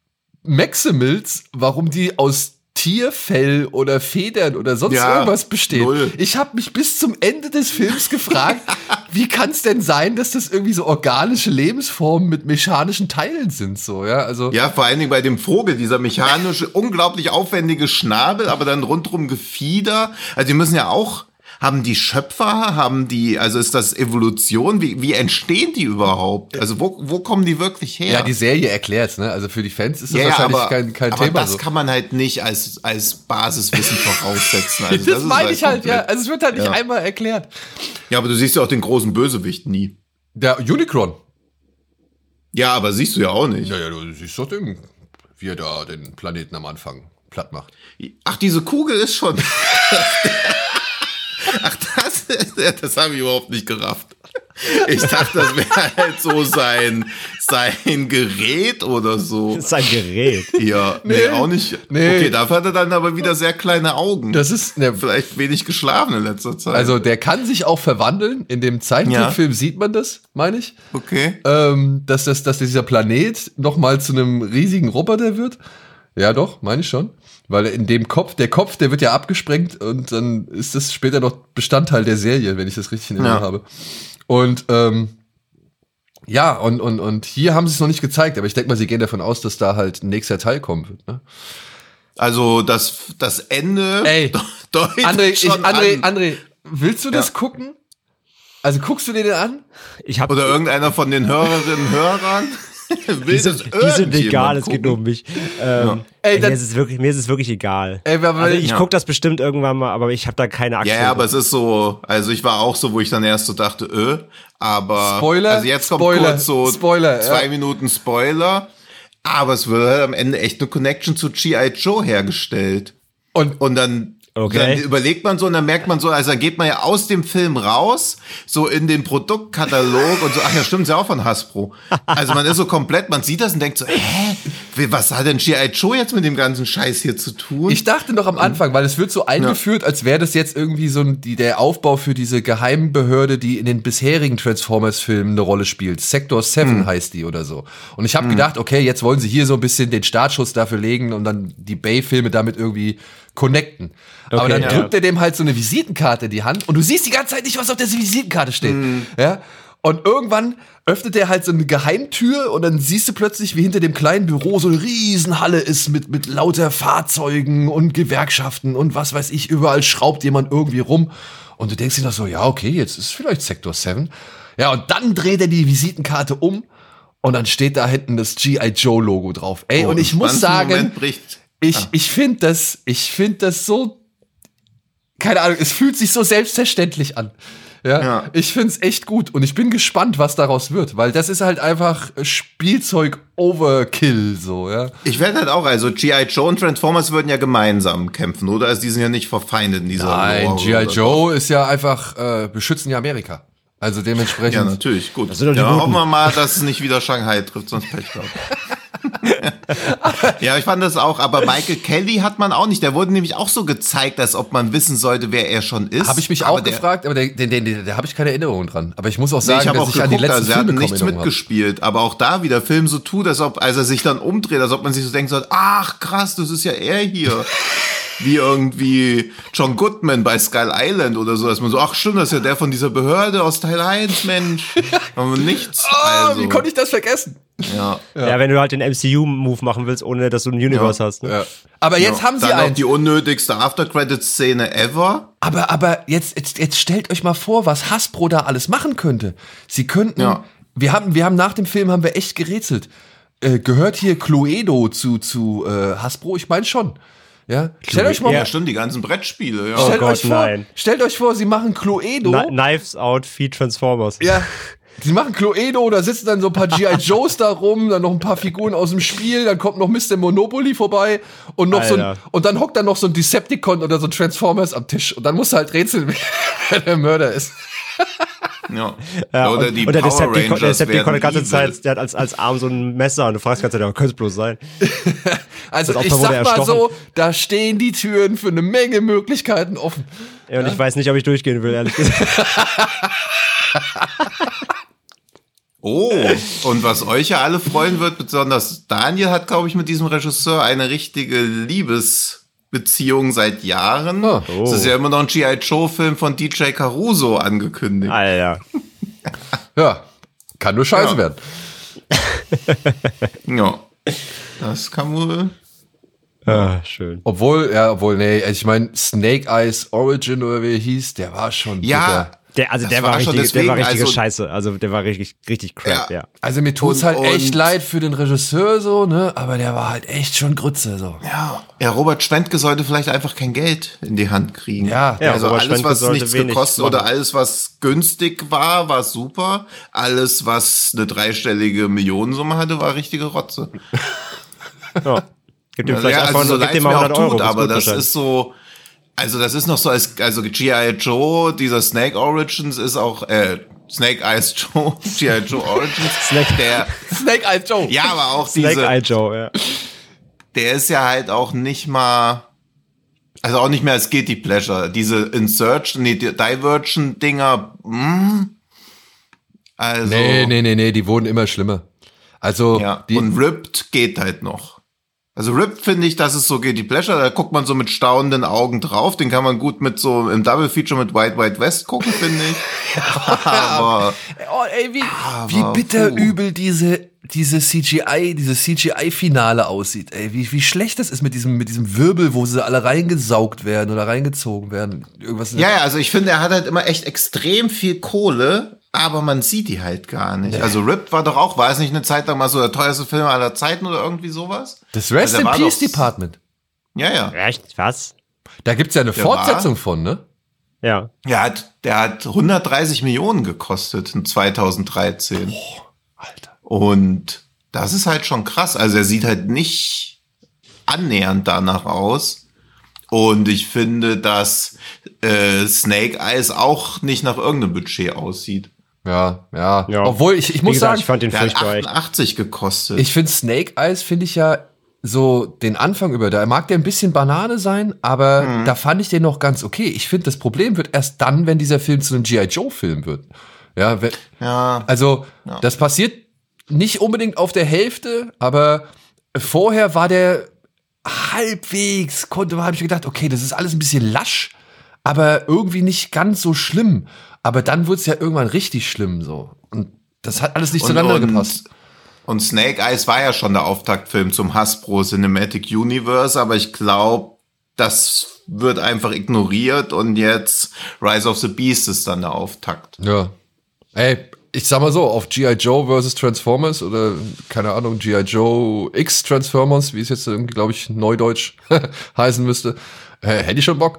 Speaker 2: Maximals, warum die aus Tierfell oder Federn oder sonst irgendwas bestehen.
Speaker 3: 0.
Speaker 2: Ich habe mich bis zum Ende des Films gefragt, wie kann es denn sein, dass das irgendwie so organische Lebensformen mit mechanischen Teilen sind, so, ja, also.
Speaker 3: Ja, vor allen Dingen bei dem Vogel, dieser mechanische, unglaublich aufwendige Schnabel, aber dann rundrum Gefieder. Also die müssen ja auch, haben die Schöpfer, also ist das Evolution? Wie entstehen die überhaupt? Also wo kommen die wirklich her?
Speaker 2: Ja, die Serie erklärt's, ne? Also für die Fans ist das wahrscheinlich kein
Speaker 3: aber
Speaker 2: Thema.
Speaker 3: Das
Speaker 2: so.
Speaker 3: kann man halt nicht als Basiswissen voraussetzen. Also
Speaker 2: das meine ich halt, ja. Also es wird halt nicht einmal erklärt.
Speaker 3: Ja, aber du siehst ja auch den großen Bösewicht nie.
Speaker 2: Der Unicron.
Speaker 3: Ja, aber siehst du ja auch nicht.
Speaker 2: Ja, du siehst doch den, wie er da den Planeten am Anfang platt macht.
Speaker 3: Ach, diese Kugel ist schon... Ach, das habe ich überhaupt nicht gerafft. Ich dachte, das wäre halt so sein Gerät oder so.
Speaker 4: Sein Gerät?
Speaker 3: Ja, nee, auch nicht. Nee. Okay, dafür hat er dann aber wieder sehr kleine Augen.
Speaker 2: Das ist
Speaker 3: vielleicht wenig geschlafen in letzter Zeit.
Speaker 2: Also der kann sich auch verwandeln. In dem Zeichentrickfilm sieht man das, meine ich.
Speaker 3: Okay.
Speaker 2: Dass dieser Planet nochmal zu einem riesigen Roboter wird. Ja, doch, meine ich schon. Weil in dem der Kopf, der wird ja abgesprengt und dann ist das später noch Bestandteil der Serie, wenn ich das richtig in Erinnerung habe. Und und hier haben sie es noch nicht gezeigt, aber ich denke mal, sie gehen davon aus, dass da halt ein nächster Teil kommen wird. Ne?
Speaker 3: Also das Ende.
Speaker 2: Ey, André, willst du das gucken? Also guckst du dir den an?
Speaker 3: Oder irgendeiner von den Hörerinnen und Hörern?
Speaker 4: Die sind egal, es geht nur um mich. Mir ist es wirklich egal. Also ich gucke das bestimmt irgendwann mal, aber ich habe da keine Aktion.
Speaker 3: Ja, aber es ist so, also ich war auch so, wo ich dann erst so dachte, aber
Speaker 2: Spoiler,
Speaker 3: also jetzt kommt kurz so 2 Minuten Spoiler, aber es wird halt am Ende echt eine Connection zu G.I. Joe hergestellt. Und dann überlegt man so und dann merkt man so, also dann geht man ja aus dem Film raus, so in den Produktkatalog und so, ach ja, stimmt, ist ja auch von Hasbro. Also man ist so komplett, man sieht das und denkt so, Was hat denn G.I. Joe jetzt mit dem ganzen Scheiß hier zu tun?
Speaker 2: Ich dachte noch am Anfang, weil es wird so eingeführt, als wäre das jetzt irgendwie so der Aufbau für diese Geheimbehörde, die in den bisherigen Transformers-Filmen eine Rolle spielt. Sector 7 heißt die oder so. Und ich habe gedacht, okay, jetzt wollen sie hier so ein bisschen den Startschuss dafür legen und dann die Bay-Filme damit irgendwie connecten. Okay, aber dann drückt er dem halt so eine Visitenkarte in die Hand und du siehst die ganze Zeit nicht, was auf der Visitenkarte steht. Ja? Und irgendwann öffnet er halt so eine Geheimtür und dann siehst du plötzlich, wie hinter dem kleinen Büro so eine Riesenhalle ist mit lauter Fahrzeugen und Gewerkschaften und was weiß ich, überall schraubt jemand irgendwie rum. Und du denkst dir noch so, ja, okay, jetzt ist vielleicht Sector 7. Ja, und dann dreht er die Visitenkarte um und dann steht da hinten das G.I. Joe Logo drauf. Ey, und ich muss sagen, ich finde das so, keine Ahnung, es fühlt sich so selbstverständlich an. Ja. Ich find's echt gut und ich bin gespannt, was daraus wird, weil das ist halt einfach Spielzeug-Overkill, so, ja.
Speaker 3: Ich werde halt auch, also G.I. Joe und Transformers würden ja gemeinsam kämpfen, oder? Also die sind ja nicht verfeindet in dieser
Speaker 2: Nein, G.I. Joe ist ja einfach, beschützen ja Amerika. Also dementsprechend.
Speaker 3: Ja, natürlich, gut. Ja, hoffen wir mal, dass es nicht wieder Shanghai trifft, sonst Pech gehabt. Ja, ich fand das auch, aber Michael Kelly hat man auch nicht. Der wurde nämlich auch so gezeigt, als ob man wissen sollte, wer er schon ist.
Speaker 2: Habe ich mich auch gefragt, aber der habe ich keine Erinnerung dran. Aber ich muss auch sagen,
Speaker 3: dass ich an die letzten Filme hat nichts mitgespielt. Aber auch da, wie der Film so tut, als er sich dann umdreht, als ob man sich so denkt, so, ach krass, das ist ja er hier. Wie irgendwie John Goodman bei Skull Island oder so, dass man so, ach stimmt, das ist ja der von dieser Behörde aus Teil 1, Mensch. Aber nichts.
Speaker 2: Wie konnte ich das vergessen?
Speaker 4: Ja, wenn du halt den MCU-Move machen willst, ohne dass du ein Universe hast. Ne?
Speaker 2: Ja. Aber jetzt haben sie
Speaker 3: dann noch die unnötigste After-Credits-Szene ever.
Speaker 2: Aber jetzt stellt euch mal vor, was Hasbro da alles machen könnte. Sie könnten, wir haben nach dem Film haben wir echt gerätselt. Gehört hier Cluedo zu Hasbro? Ich meine schon. Ja, stellt euch mal
Speaker 3: ja, stimmt, die ganzen Brettspiele. Ja.
Speaker 2: Stellt euch vor, sie machen Cluedo.
Speaker 4: Knives Out, Feed Transformers.
Speaker 2: Ja, sie machen Cluedo, da sitzen dann so ein paar G.I. Joes da rum, dann noch ein paar Figuren aus dem Spiel, dann kommt noch Mr. Monopoly vorbei und noch und dann hockt dann noch so ein Decepticon oder so ein Transformers am Tisch und dann musst du halt rätseln, wer der Mörder ist.
Speaker 3: Ja.
Speaker 4: Oder die Power Rangers der Decepticon die ganze Zeit, der hat als Arm so ein Messer und du fragst die ganze Zeit, könnte es bloß sein.
Speaker 2: Also ich sag mal so, da stehen die Türen für eine Menge Möglichkeiten offen.
Speaker 4: Ja, und ich weiß nicht, ob ich durchgehen will, ehrlich gesagt.
Speaker 3: Oh, und was euch ja alle freuen wird, besonders Daniel hat, glaube ich, mit diesem Regisseur eine richtige Liebesbeziehung seit Jahren. Oh. Es ist ja immer noch ein G.I. Joe-Film von DJ Caruso angekündigt.
Speaker 4: Alter.
Speaker 2: Ja, kann nur scheiße werden.
Speaker 3: Ja, das kann wohl...
Speaker 4: Ah, schön.
Speaker 2: Obwohl, nee, ich meine, Snake Eyes Origin oder wie er hieß, der war schon
Speaker 3: bitter.
Speaker 4: Der war richtige Scheiße. Also der war richtig crap, ja.
Speaker 2: Also mir tut's halt echt leid für den Regisseur so, ne? Aber der war halt echt schon Grütze so.
Speaker 3: Ja, Robert Schwentke sollte vielleicht einfach kein Geld in die Hand kriegen.
Speaker 2: Ja,
Speaker 3: also Robert alles, was nichts gekostet oder alles, was günstig war super. Alles, was eine dreistellige Millionensumme hatte, war richtige Rotze.
Speaker 4: Ja. Gib dem vielleicht einfach
Speaker 3: so
Speaker 4: gib dem mal 100 Euro.
Speaker 3: Aber das ist so, also das ist noch so, also G.I. Joe, dieser Snake Origins ist auch, Snake Eyes Joe, G.I. Joe Origins.
Speaker 2: Snake Eyes Joe.
Speaker 3: Ja, aber auch
Speaker 4: Snake Eye Joe, ja.
Speaker 3: Der ist ja halt auch nicht mal, also auch nicht mehr als Guilty Pleasure. Diese Divergent-Dinger, also.
Speaker 2: Nee, die wurden immer schlimmer. Also,
Speaker 3: und Ripped geht halt noch. Also Ripped finde ich, das ist so Guilty Pleasure, da guckt man so mit staunenden Augen drauf, den kann man gut mit so im Double Feature mit Wild Wild West gucken, finde ich. Aber
Speaker 2: wie bitterübel diese CGI, dieses CGI-Finale aussieht, ey, wie schlecht das ist mit diesem Wirbel, wo sie alle reingesaugt werden oder reingezogen werden. Irgendwas.
Speaker 3: Ja, also ich finde, er hat halt immer echt extrem viel Kohle, aber man sieht die halt gar nicht. Ja. Also Ripped war es nicht eine Zeit lang mal so der teuerste Film aller Zeiten oder irgendwie sowas?
Speaker 2: Das Rest in Peace Department.
Speaker 3: Ja.
Speaker 4: Echt? Was?
Speaker 2: Da gibt's ja eine Fortsetzung von, ne?
Speaker 4: Ja.
Speaker 3: Der hat 130 Millionen gekostet in 2013.
Speaker 2: Oh, Alter.
Speaker 3: Und das ist halt schon krass. Also er sieht halt nicht annähernd danach aus. Und ich finde, dass Snake Eyes auch nicht nach irgendeinem Budget aussieht.
Speaker 2: Ja.
Speaker 4: Ja.
Speaker 2: Obwohl, ich
Speaker 4: Wie
Speaker 2: muss
Speaker 4: gesagt,
Speaker 2: sagen,
Speaker 4: ich fand den
Speaker 3: Der hat
Speaker 4: furchtbar.
Speaker 3: 88 gekostet.
Speaker 2: ich finde Snake Eyes, finde ich ja so den Anfang über, da mag der ein bisschen Banane sein, aber da fand ich den noch ganz okay. Ich finde, das Problem wird erst dann, wenn dieser Film zu einem G.I. Joe-Film wird. Ja, also das passiert nicht unbedingt auf der Hälfte, aber vorher war der halbwegs, habe ich gedacht, okay, das ist alles ein bisschen lasch, aber irgendwie nicht ganz so schlimm. Aber dann wurde es ja irgendwann richtig schlimm so. Und das hat alles nicht zueinander gepasst.
Speaker 3: Und Snake Eyes war ja schon der Auftaktfilm zum Hasbro Cinematic Universe, aber ich glaube, das wird einfach ignoriert und jetzt Rise of the Beast ist dann der Auftakt.
Speaker 2: Ja. Ey, ich sag mal so, auf G.I. Joe versus Transformers oder, keine Ahnung, G.I. Joe X Transformers, wie es jetzt irgendwie, glaube ich, neudeutsch heißen müsste, hätte ich schon Bock.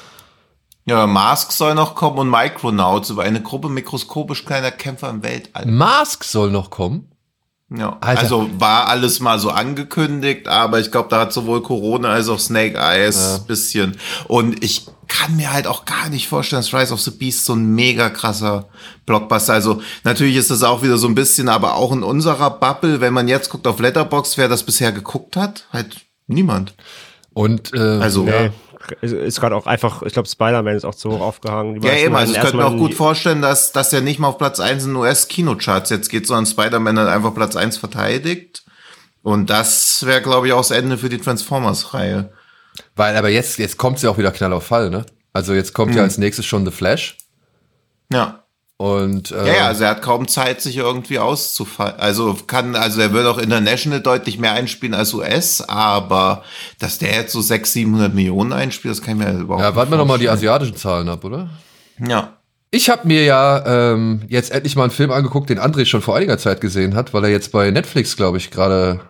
Speaker 3: Ja, Mask soll noch kommen und Micronauts über eine Gruppe mikroskopisch kleiner Kämpfer im Weltall.
Speaker 2: Mask soll noch kommen.
Speaker 3: Ja,
Speaker 2: Alter.
Speaker 3: also war alles mal so angekündigt, aber ich glaube, da hat sowohl Corona als auch Snake Eyes bisschen. Und ich kann mir halt auch gar nicht vorstellen, dass Rise of the Beast so ein mega krasser Blockbuster. Also natürlich ist das auch wieder so ein bisschen, aber auch in unserer Bubble, wenn man jetzt guckt auf Letterboxd, wer das bisher geguckt hat, halt niemand.
Speaker 2: Und
Speaker 3: Also
Speaker 4: Nee. Ist gerade auch einfach, ich glaube, Spider-Man ist auch zu hoch aufgehangen. Die
Speaker 3: ja,
Speaker 4: meisten
Speaker 3: eben, also ich
Speaker 4: hatten
Speaker 3: könnte mir
Speaker 4: erstmal
Speaker 3: auch gut vorstellen, dass der nicht mal auf Platz 1 in US-Kinocharts jetzt geht, sondern Spider-Man hat einfach Platz 1 verteidigt. Und das wäre, glaube ich, auch das Ende für die Transformers-Reihe.
Speaker 2: weil, aber jetzt kommt's ja auch wieder Knall auf Fall, ne? Also jetzt kommt ja als nächstes schon The Flash.
Speaker 3: Ja.
Speaker 2: Und
Speaker 3: Ja, also er hat kaum Zeit, sich irgendwie auszufallen. Also er wird auch international deutlich mehr einspielen als US, aber dass der jetzt so 600-700 Millionen einspielt, das kann ich mir überhaupt
Speaker 2: ja,
Speaker 3: nicht
Speaker 2: warten wir nochmal die
Speaker 3: vorstellen.
Speaker 2: asiatischen Zahlen ab, oder?
Speaker 3: Ja.
Speaker 2: Ich habe mir ja jetzt endlich mal einen Film angeguckt, den André schon vor einiger Zeit gesehen hat, weil er jetzt bei Netflix, glaube ich, gerade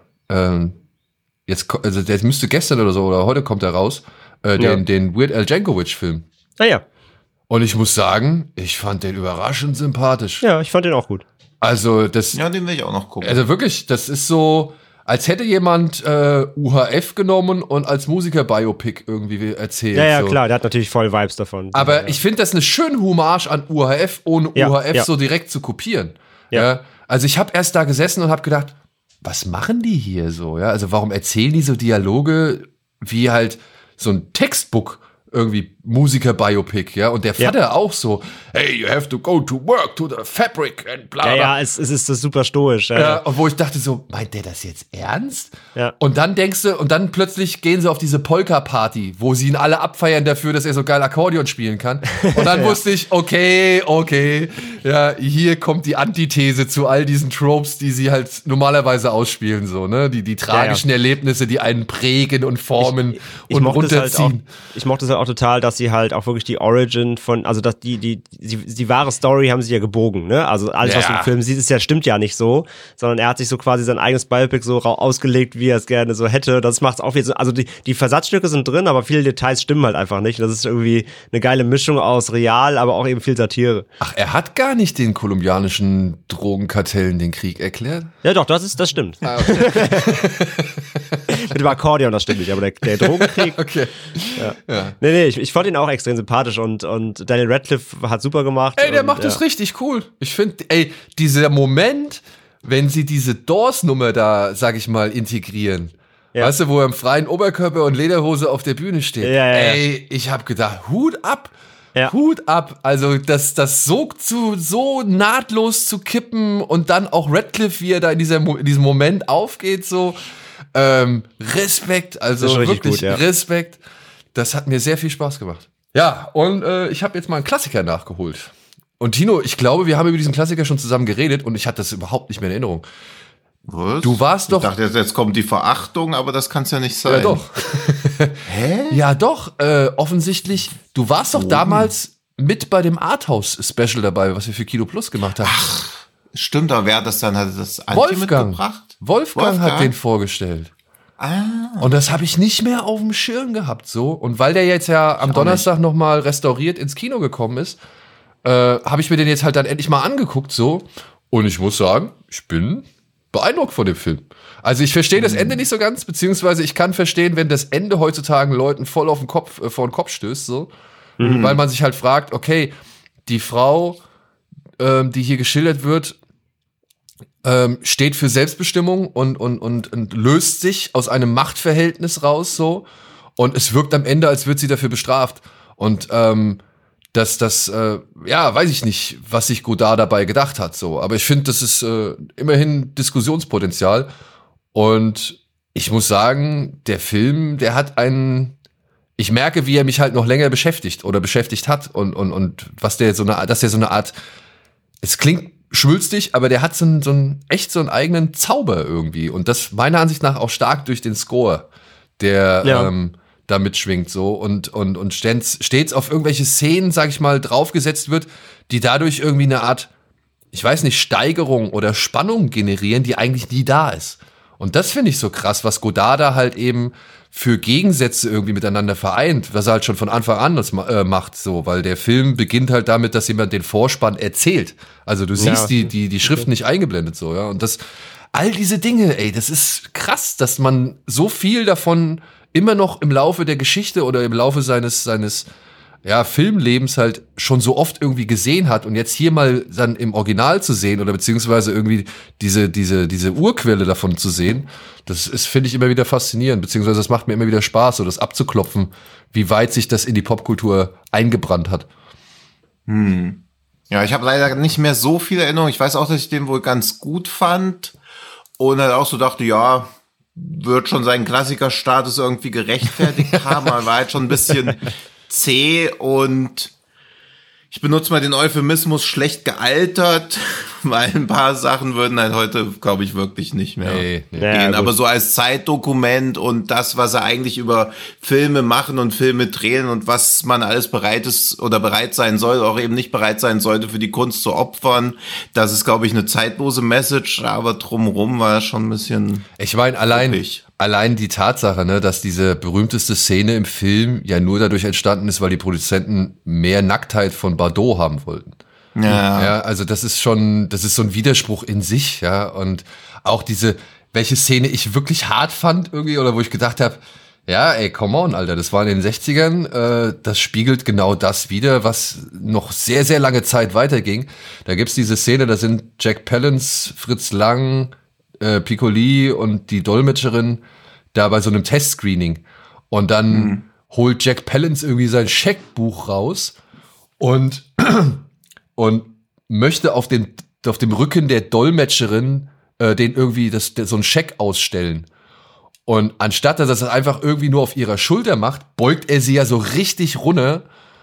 Speaker 2: also der müsste gestern oder so oder heute kommt er raus, den Weird Al Yankovic-Film.
Speaker 4: Naja,
Speaker 2: Und ich muss sagen, ich fand den überraschend sympathisch.
Speaker 4: ja, ich fand den auch gut.
Speaker 2: Also
Speaker 3: Ja, den will ich auch noch gucken.
Speaker 2: also wirklich, das ist so, als hätte jemand UHF genommen und als Musiker-Biopic irgendwie erzählt.
Speaker 4: Ja,
Speaker 2: so.
Speaker 4: klar, der hat natürlich voll Vibes davon.
Speaker 2: Aber
Speaker 4: ja.
Speaker 2: ich finde das eine schöne Hommage an UHF, ohne
Speaker 4: Ja,
Speaker 2: UHF
Speaker 4: ja.
Speaker 2: so direkt zu kopieren.
Speaker 4: Ja.
Speaker 2: Ja. Also ich habe erst da gesessen und habe gedacht, was machen die hier so? Ja, also warum erzählen die so Dialoge wie halt so ein Textbook irgendwie Musiker-Biopic, ja? Und der Vater auch so, hey, you have to go to work to the fabric and bla bla.
Speaker 4: Ja, es ist das super stoisch.
Speaker 2: Ja, und wo ich dachte so, meint der das jetzt ernst?
Speaker 4: Ja.
Speaker 2: Und dann denkst du, und dann plötzlich gehen sie auf diese Polka-Party, wo sie ihn alle abfeiern dafür, dass er so geil Akkordeon spielen kann. Und dann wusste ich, okay, ja, hier kommt die Antithese zu all diesen Tropes, die sie halt normalerweise ausspielen, so, ne? Die tragischen Erlebnisse, die einen prägen und formen und runterziehen.
Speaker 4: Ich mochte es halt auch total, dass sie halt auch wirklich die Origin von, also dass die wahre Story haben sie ja gebogen, ne? Also alles, was du im Film siehst, stimmt ja nicht so, sondern er hat sich so quasi sein eigenes Biopic so ausgelegt, wie er es gerne so hätte. Das macht's auch wieder, also die Versatzstücke sind drin, aber viele Details stimmen halt einfach nicht. Das ist irgendwie eine geile Mischung aus real, aber auch eben viel Satire.
Speaker 2: Ach, er hat gar nicht den kolumbianischen Drogenkartellen den Krieg erklärt?
Speaker 4: Ja doch, das stimmt.
Speaker 2: Ah, okay.
Speaker 4: Mit dem Akkordeon, das stimmt nicht, aber der Drogenkrieg.
Speaker 2: Okay.
Speaker 4: Nee, ich fand ihn auch extrem sympathisch und Daniel Radcliffe hat super gemacht.
Speaker 2: Ey, der
Speaker 4: und,
Speaker 2: macht das richtig cool. Ich finde, dieser Moment, wenn sie diese Doors-Nummer da, sag ich mal, integrieren.
Speaker 4: Ja.
Speaker 2: Weißt du, wo er im freien Oberkörper und Lederhose auf der Bühne steht.
Speaker 4: Ja.
Speaker 2: Ey, ich hab gedacht, Hut ab.
Speaker 4: Ja.
Speaker 2: Hut ab. Also, das so nahtlos zu kippen und dann auch Radcliffe, wie er da in diesem Moment aufgeht, so. Respekt, also
Speaker 4: Das ist richtig
Speaker 2: wirklich
Speaker 4: gut, ja.
Speaker 2: Respekt. Das hat mir sehr viel Spaß gemacht. Ja, und ich habe jetzt mal einen Klassiker nachgeholt. Und Tino, ich glaube, wir haben über diesen Klassiker schon zusammen geredet und ich hatte das überhaupt nicht mehr in Erinnerung.
Speaker 3: Was?
Speaker 2: Du warst doch...
Speaker 3: Ich dachte, jetzt kommt die Verachtung, aber das kann es ja nicht sein.
Speaker 2: Ja, doch.
Speaker 3: Hä?
Speaker 2: Ja, doch. Offensichtlich, du warst doch damals mit bei dem Arthouse-Special dabei, was wir für Kino Plus gemacht haben.
Speaker 3: Stimmt, aber wer hat das dann? Hat das Anti mitgebracht?
Speaker 2: Wolfgang hat den vorgestellt. Und das habe ich nicht mehr auf dem Schirm gehabt, so. Und weil der jetzt ja am Donnerstag nochmal restauriert ins Kino gekommen ist, habe ich mir den jetzt halt dann endlich mal angeguckt, so. Und ich muss sagen, ich bin beeindruckt von dem Film. Also ich verstehe das Ende nicht so ganz, beziehungsweise ich kann verstehen, wenn das Ende heutzutage Leuten voll auf den Kopf, vor den Kopf stößt, so. Weil man sich halt fragt, okay, die Frau die hier geschildert wird, steht für Selbstbestimmung und löst sich aus einem Machtverhältnis raus so. Und es wirkt am Ende, als wird sie dafür bestraft. Und weiß ich nicht, was sich Godard dabei gedacht hat. So, aber ich finde, das ist immerhin Diskussionspotenzial. Und ich muss sagen, der Film, der hat ich merke, wie er mich halt noch länger beschäftigt hat und dass der so eine Art, es klingt schwülstig, aber der hat so einen eigenen Zauber irgendwie. Und das meiner Ansicht nach auch stark durch den Score, der da mitschwingt so und stets auf irgendwelche Szenen, sag ich mal, draufgesetzt wird, die dadurch irgendwie eine Art, ich weiß nicht, Steigerung oder Spannung generieren, die eigentlich nie da ist. Und das finde ich so krass, was Godard da halt eben für Gegensätze irgendwie miteinander vereint, was er halt schon von Anfang an das macht, so, weil der Film beginnt halt damit, dass jemand den Vorspann erzählt. Also du siehst die Schrift nicht eingeblendet, so, ja. Und all diese Dinge, ey, das ist krass, dass man so viel davon immer noch im Laufe der Geschichte oder im Laufe seines Filmlebens halt schon so oft irgendwie gesehen hat und jetzt hier mal dann im Original zu sehen oder beziehungsweise irgendwie diese Urquelle davon zu sehen, das ist, finde ich, immer wieder faszinierend, beziehungsweise das macht mir immer wieder Spaß, so das abzuklopfen, wie weit sich das in die Popkultur eingebrannt hat.
Speaker 3: Ja, ich habe leider nicht mehr so viel Erinnerung. Ich weiß auch, dass ich den wohl ganz gut fand und halt auch so dachte, ja, wird schon seinen Klassikerstatus irgendwie gerechtfertigt haben, aber war halt schon ein bisschen zäh und ich benutze mal den Euphemismus schlecht gealtert, weil ein paar Sachen würden halt heute, glaube ich, wirklich nicht mehr gehen. Ja, aber so als Zeitdokument und das, was er eigentlich über Filme machen und Filme drehen und was man alles bereit ist oder bereit sein soll, auch eben nicht bereit sein sollte, für die Kunst zu opfern, das ist, glaube ich, eine zeitlose Message, aber drumherum war es schon ein bisschen.
Speaker 2: Ich meine, allein die Tatsache, ne, dass diese berühmteste Szene im Film ja nur dadurch entstanden ist, weil die Produzenten mehr Nacktheit von Bardot haben wollten. Ja, also das ist so ein Widerspruch in sich, ja, und auch welche Szene ich wirklich hart fand irgendwie oder wo ich gedacht habe, ja, ey, come on, Alter, das war in den 60ern, das spiegelt genau das wider, was noch sehr, sehr lange Zeit weiterging. Da gibt's diese Szene, da sind Jack Palance, Fritz Lang, Piccoli und die Dolmetscherin da bei so einem Testscreening und dann holt Jack Palance irgendwie sein Scheckbuch raus und möchte auf dem Rücken der Dolmetscherin den irgendwie so einen Scheck ausstellen. Und anstatt dass er das einfach irgendwie nur auf ihrer Schulter macht, beugt er sie ja so richtig runter.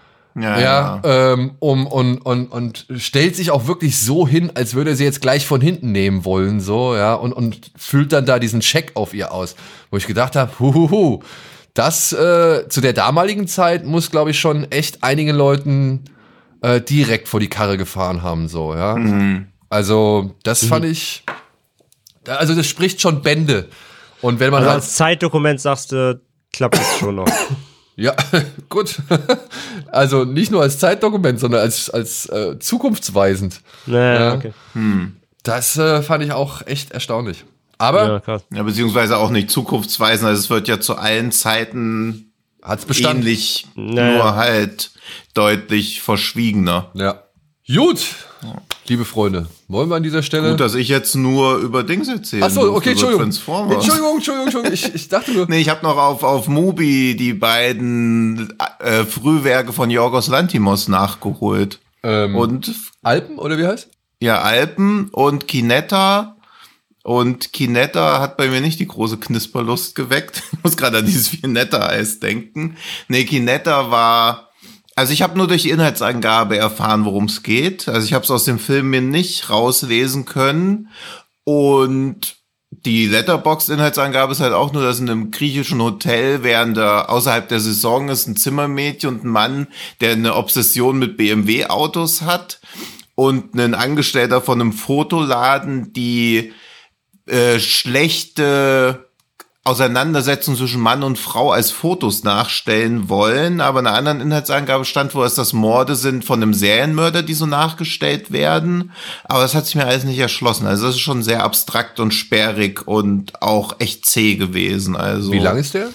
Speaker 2: Und stellt sich auch wirklich so hin, als würde er sie jetzt gleich von hinten nehmen wollen, so, ja, und füllt dann da diesen Scheck auf ihr aus. Wo ich gedacht habe, das zu der damaligen Zeit muss, glaube ich, schon echt einigen Leuten direkt vor die Karre gefahren haben, so, ja. Also, das fand ich, also das spricht schon Bände. Und wenn man
Speaker 4: also als Zeitdokument sagst du, klappt es schon noch.
Speaker 2: Ja, gut. Also nicht nur als Zeitdokument, sondern als zukunftsweisend.
Speaker 4: Naja, okay.
Speaker 2: Das fand ich auch echt erstaunlich. Aber
Speaker 3: ja, beziehungsweise auch nicht zukunftsweisend. Also es wird ja zu allen Zeiten
Speaker 2: hat's bestanden.
Speaker 3: Ähnlich, nur halt deutlich verschwiegener.
Speaker 2: Ja. Gut, liebe Freunde, wollen wir an dieser Stelle...
Speaker 3: Gut, dass ich jetzt nur über Dings erzähle.
Speaker 2: Ach so, okay, Entschuldigung. Ich dachte nur...
Speaker 3: Nee, ich habe noch auf Mubi die beiden Frühwerke von Yorgos Lanthimos nachgeholt. Und
Speaker 2: Alpen, oder wie heißt?
Speaker 3: Ja, Alpen und Kinetta. Und Kinetta hat bei mir nicht die große Knisperlust geweckt. Ich muss gerade an dieses Vinetta-Eis denken. Nee, Kinetta war... Also ich habe nur durch die Inhaltsangabe erfahren, worum es geht. Also ich habe es aus dem Film mir nicht rauslesen können. Und die Letterboxd-Inhaltsangabe ist halt auch nur, dass in einem griechischen Hotel außerhalb der Saison ist ein Zimmermädchen und ein Mann, der eine Obsession mit BMW-Autos hat. Und ein Angestellter von einem Fotoladen, die schlechte Auseinandersetzung zwischen Mann und Frau als Fotos nachstellen wollen, aber in einer anderen Inhaltsangabe stand, wo es das Morde sind von einem Serienmörder, die so nachgestellt werden, aber das hat sich mir alles nicht erschlossen, also das ist schon sehr abstrakt und sperrig und auch echt zäh gewesen. Also
Speaker 2: wie lang ist der?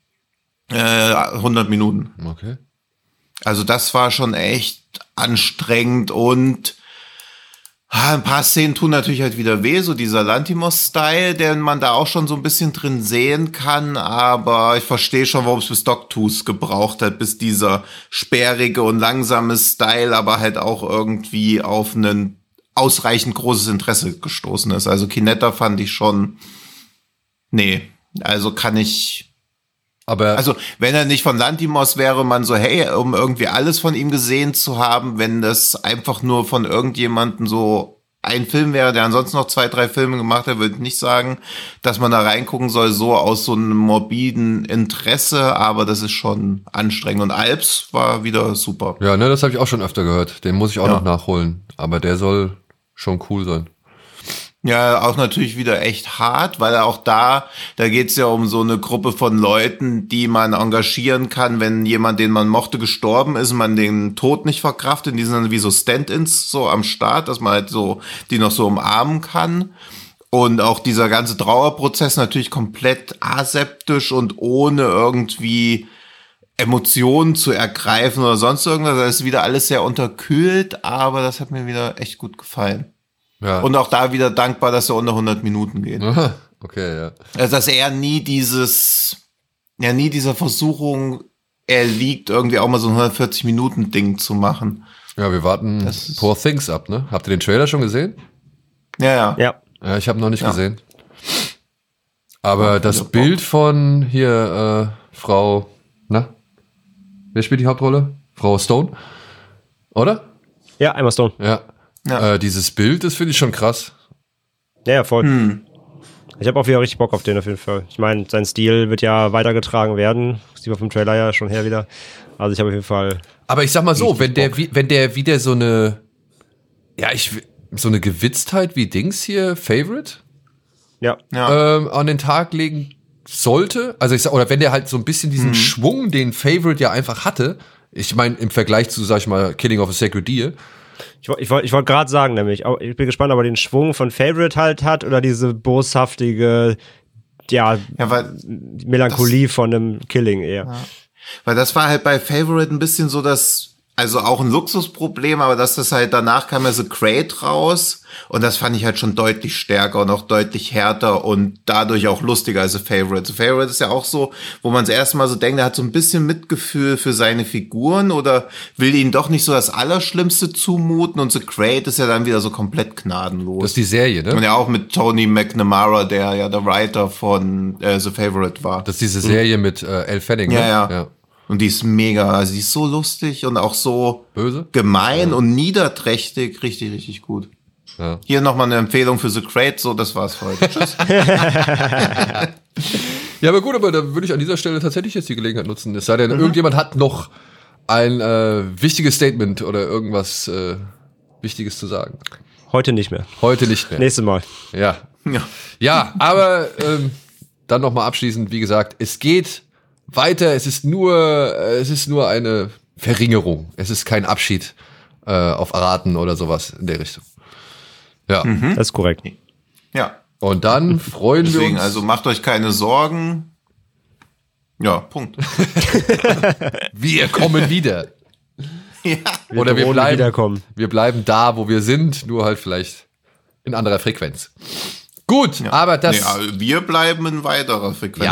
Speaker 3: 100 Minuten.
Speaker 2: Okay.
Speaker 3: Also das war schon echt anstrengend und Ein paar Szenen tun natürlich halt wieder weh, so dieser Lantimos-Style, den man da auch schon so ein bisschen drin sehen kann, aber ich verstehe schon, warum es bis Dogtooth gebraucht hat, bis dieser sperrige und langsame Style aber halt auch irgendwie auf ein ausreichend großes Interesse gestoßen ist. Also Kinetta fand ich schon, also kann ich...
Speaker 2: Aber
Speaker 3: Also, wenn er nicht von Lantimos wäre, man so, hey, um irgendwie alles von ihm gesehen zu haben, wenn das einfach nur von irgendjemandem so ein Film wäre, der ansonsten noch 2, 3 Filme gemacht hat, würde ich nicht sagen, dass man da reingucken soll, so aus so einem morbiden Interesse, aber das ist schon anstrengend. Und Alps war wieder super.
Speaker 2: ja, ne, das habe ich auch schon öfter gehört. Den muss ich auch noch nachholen. Aber der soll schon cool sein.
Speaker 3: Ja, auch natürlich wieder echt hart, weil auch da geht's ja um so eine Gruppe von Leuten, die man engagieren kann, wenn jemand, den man mochte, gestorben ist, man den Tod nicht verkraftet. Die sind dann wie so Stand-ins so am Start, dass man halt so die noch so umarmen kann. Und auch dieser ganze Trauerprozess natürlich komplett aseptisch und ohne irgendwie Emotionen zu ergreifen oder sonst irgendwas. Das ist wieder alles sehr unterkühlt, aber das hat mir wieder echt gut gefallen.
Speaker 2: Ja.
Speaker 3: Und auch da wieder dankbar, dass er unter 100 Minuten geht.
Speaker 2: Aha, okay, ja.
Speaker 3: Also, dass er nie dieser Versuchung erliegt, irgendwie auch mal so ein 140-Minuten-Ding zu machen.
Speaker 2: Ja, wir warten Poor Things ab, ne? Habt ihr den Trailer schon gesehen?
Speaker 3: Ja.
Speaker 4: Ja.
Speaker 2: Ja, ich habe noch nicht gesehen. Aber das Bild von hier Frau, wer spielt die Hauptrolle? Frau Stone, oder?
Speaker 4: Ja, Emma Stone.
Speaker 2: Ja. Dieses Bild, das finde ich schon krass.
Speaker 4: Ja, voll. Ich habe auch wieder richtig Bock auf den auf jeden Fall. Ich meine, sein Stil wird ja weitergetragen werden. Sieht man vom Trailer ja schon her wieder. Also ich habe auf jeden Fall...
Speaker 2: Aber ich sag mal so, wenn der wieder so eine, so eine Gewitztheit wie Dings hier, Favorite, an den Tag legen sollte, also oder wenn der halt so ein bisschen diesen Schwung, den Favorite ja einfach hatte, ich meine im Vergleich zu, sag ich mal, Killing of a Sacred Deer.
Speaker 4: Ich wollte gerade sagen, nämlich, ich bin gespannt, ob er den Schwung von Favorite halt hat oder diese boshaftige, Melancholie von einem Killing eher.
Speaker 3: Ja. Weil das war halt bei Favorite ein bisschen so, also auch ein Luxusproblem, aber dass das halt danach kam ja The Crate raus und das fand ich halt schon deutlich stärker und auch deutlich härter und dadurch auch lustiger als The Favorite. The Favorite ist ja auch so, wo man das erste Mal so denkt, er hat so ein bisschen Mitgefühl für seine Figuren oder will ihnen doch nicht so das Allerschlimmste zumuten und The Crate ist ja dann wieder so komplett gnadenlos.
Speaker 2: Das ist die Serie, ne?
Speaker 3: Und ja auch mit Tony McNamara, der ja der Writer von The Favorite war.
Speaker 2: Das ist diese Serie mit Elle Fanning, ne?
Speaker 3: Ja. Und die ist mega, also die ist so lustig und auch so
Speaker 2: böse,
Speaker 3: gemein und niederträchtig, richtig, richtig gut.
Speaker 2: Ja.
Speaker 3: Hier nochmal eine Empfehlung für The Crate, so, das war's für heute. Tschüss.
Speaker 2: Ja, aber gut, aber da würde ich an dieser Stelle tatsächlich jetzt die Gelegenheit nutzen. Es sei denn, irgendjemand hat noch ein wichtiges Statement oder irgendwas Wichtiges zu sagen.
Speaker 4: Heute nicht mehr.
Speaker 2: Heute nicht mehr.
Speaker 4: Nächstes Mal.
Speaker 2: Ja, aber dann nochmal abschließend, wie gesagt, es geht weiter, es ist nur eine Verringerung. Es ist kein Abschied auf Araten oder sowas in der Richtung. Ja.
Speaker 4: Das ist korrekt.
Speaker 3: Ja.
Speaker 2: Und dann freuen wir uns.
Speaker 3: Also macht euch keine Sorgen. Ja, Punkt.
Speaker 2: Wir kommen wieder.
Speaker 3: Ja.
Speaker 2: Oder wir bleiben da, wo wir sind, nur halt vielleicht in anderer Frequenz. Gut, aber das...
Speaker 3: wir bleiben in weiterer Frequenz.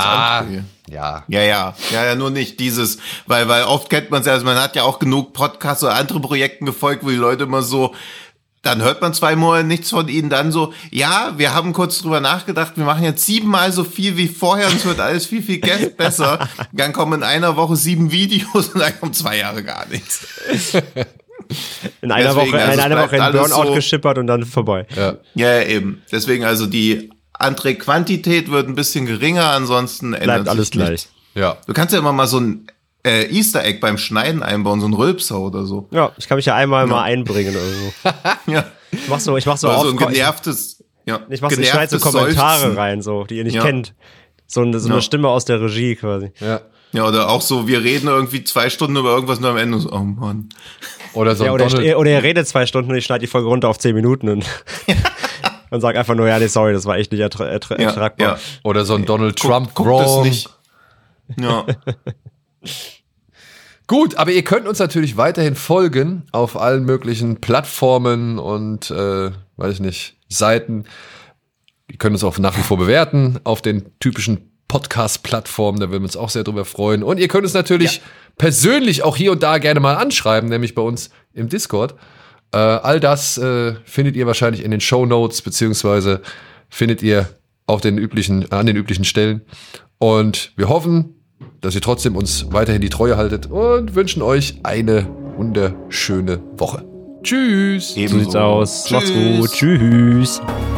Speaker 3: Ja, nur nicht dieses, weil oft kennt man es ja, also man hat ja auch genug Podcasts oder andere Projekten gefolgt, wo die Leute immer so, dann hört man 2 Monate nichts von ihnen, dann so, ja, wir haben kurz drüber nachgedacht, wir machen jetzt 7-mal so viel wie vorher und es wird alles viel, viel besser. Dann kommen in einer Woche 7 Videos und dann kommen 2 Jahre gar nichts.
Speaker 4: In einer Woche in Burnout geschippert und dann vorbei.
Speaker 3: Ja, eben. Deswegen also die Quantität wird ein bisschen geringer, ansonsten
Speaker 4: bleibt alles gleich.
Speaker 2: Ja.
Speaker 3: Du kannst ja immer mal so ein Easter Egg beim Schneiden einbauen, so ein Rülpser oder so.
Speaker 4: Ja, ich kann mich ja einmal mal einbringen oder so.
Speaker 3: Ja.
Speaker 4: Ich mach so
Speaker 3: ein genervtes,
Speaker 4: ich schneide so Kommentare Seufzen rein, so, die ihr nicht kennt. So eine Stimme aus der Regie quasi.
Speaker 3: Ja, oder auch so, wir reden irgendwie 2 Stunden über irgendwas und am Ende so, oh Mann.
Speaker 4: Oder so. Oder ihr redet 2 Stunden und ich schneide die Folge runter auf 10 Minuten und sag einfach nur, sorry, das war echt nicht ertragbar.
Speaker 2: Ja. Oder so ein Donald Trump
Speaker 3: Guckt das nicht. Ja.
Speaker 2: Gut, aber ihr könnt uns natürlich weiterhin folgen auf allen möglichen Plattformen und, weiß ich nicht, Seiten. Ihr könnt uns auch nach wie vor bewerten auf den typischen Podcast-Plattformen, da würden wir uns auch sehr drüber freuen. Und ihr könnt uns natürlich persönlich auch hier und da gerne mal anschreiben, nämlich bei uns im Discord. All das findet ihr wahrscheinlich in den Shownotes, beziehungsweise findet ihr auf an den üblichen Stellen. Und wir hoffen, dass ihr trotzdem uns weiterhin die Treue haltet und wünschen euch eine wunderschöne Woche. Tschüss.
Speaker 4: So sieht's aus. Macht's gut. Tschüss.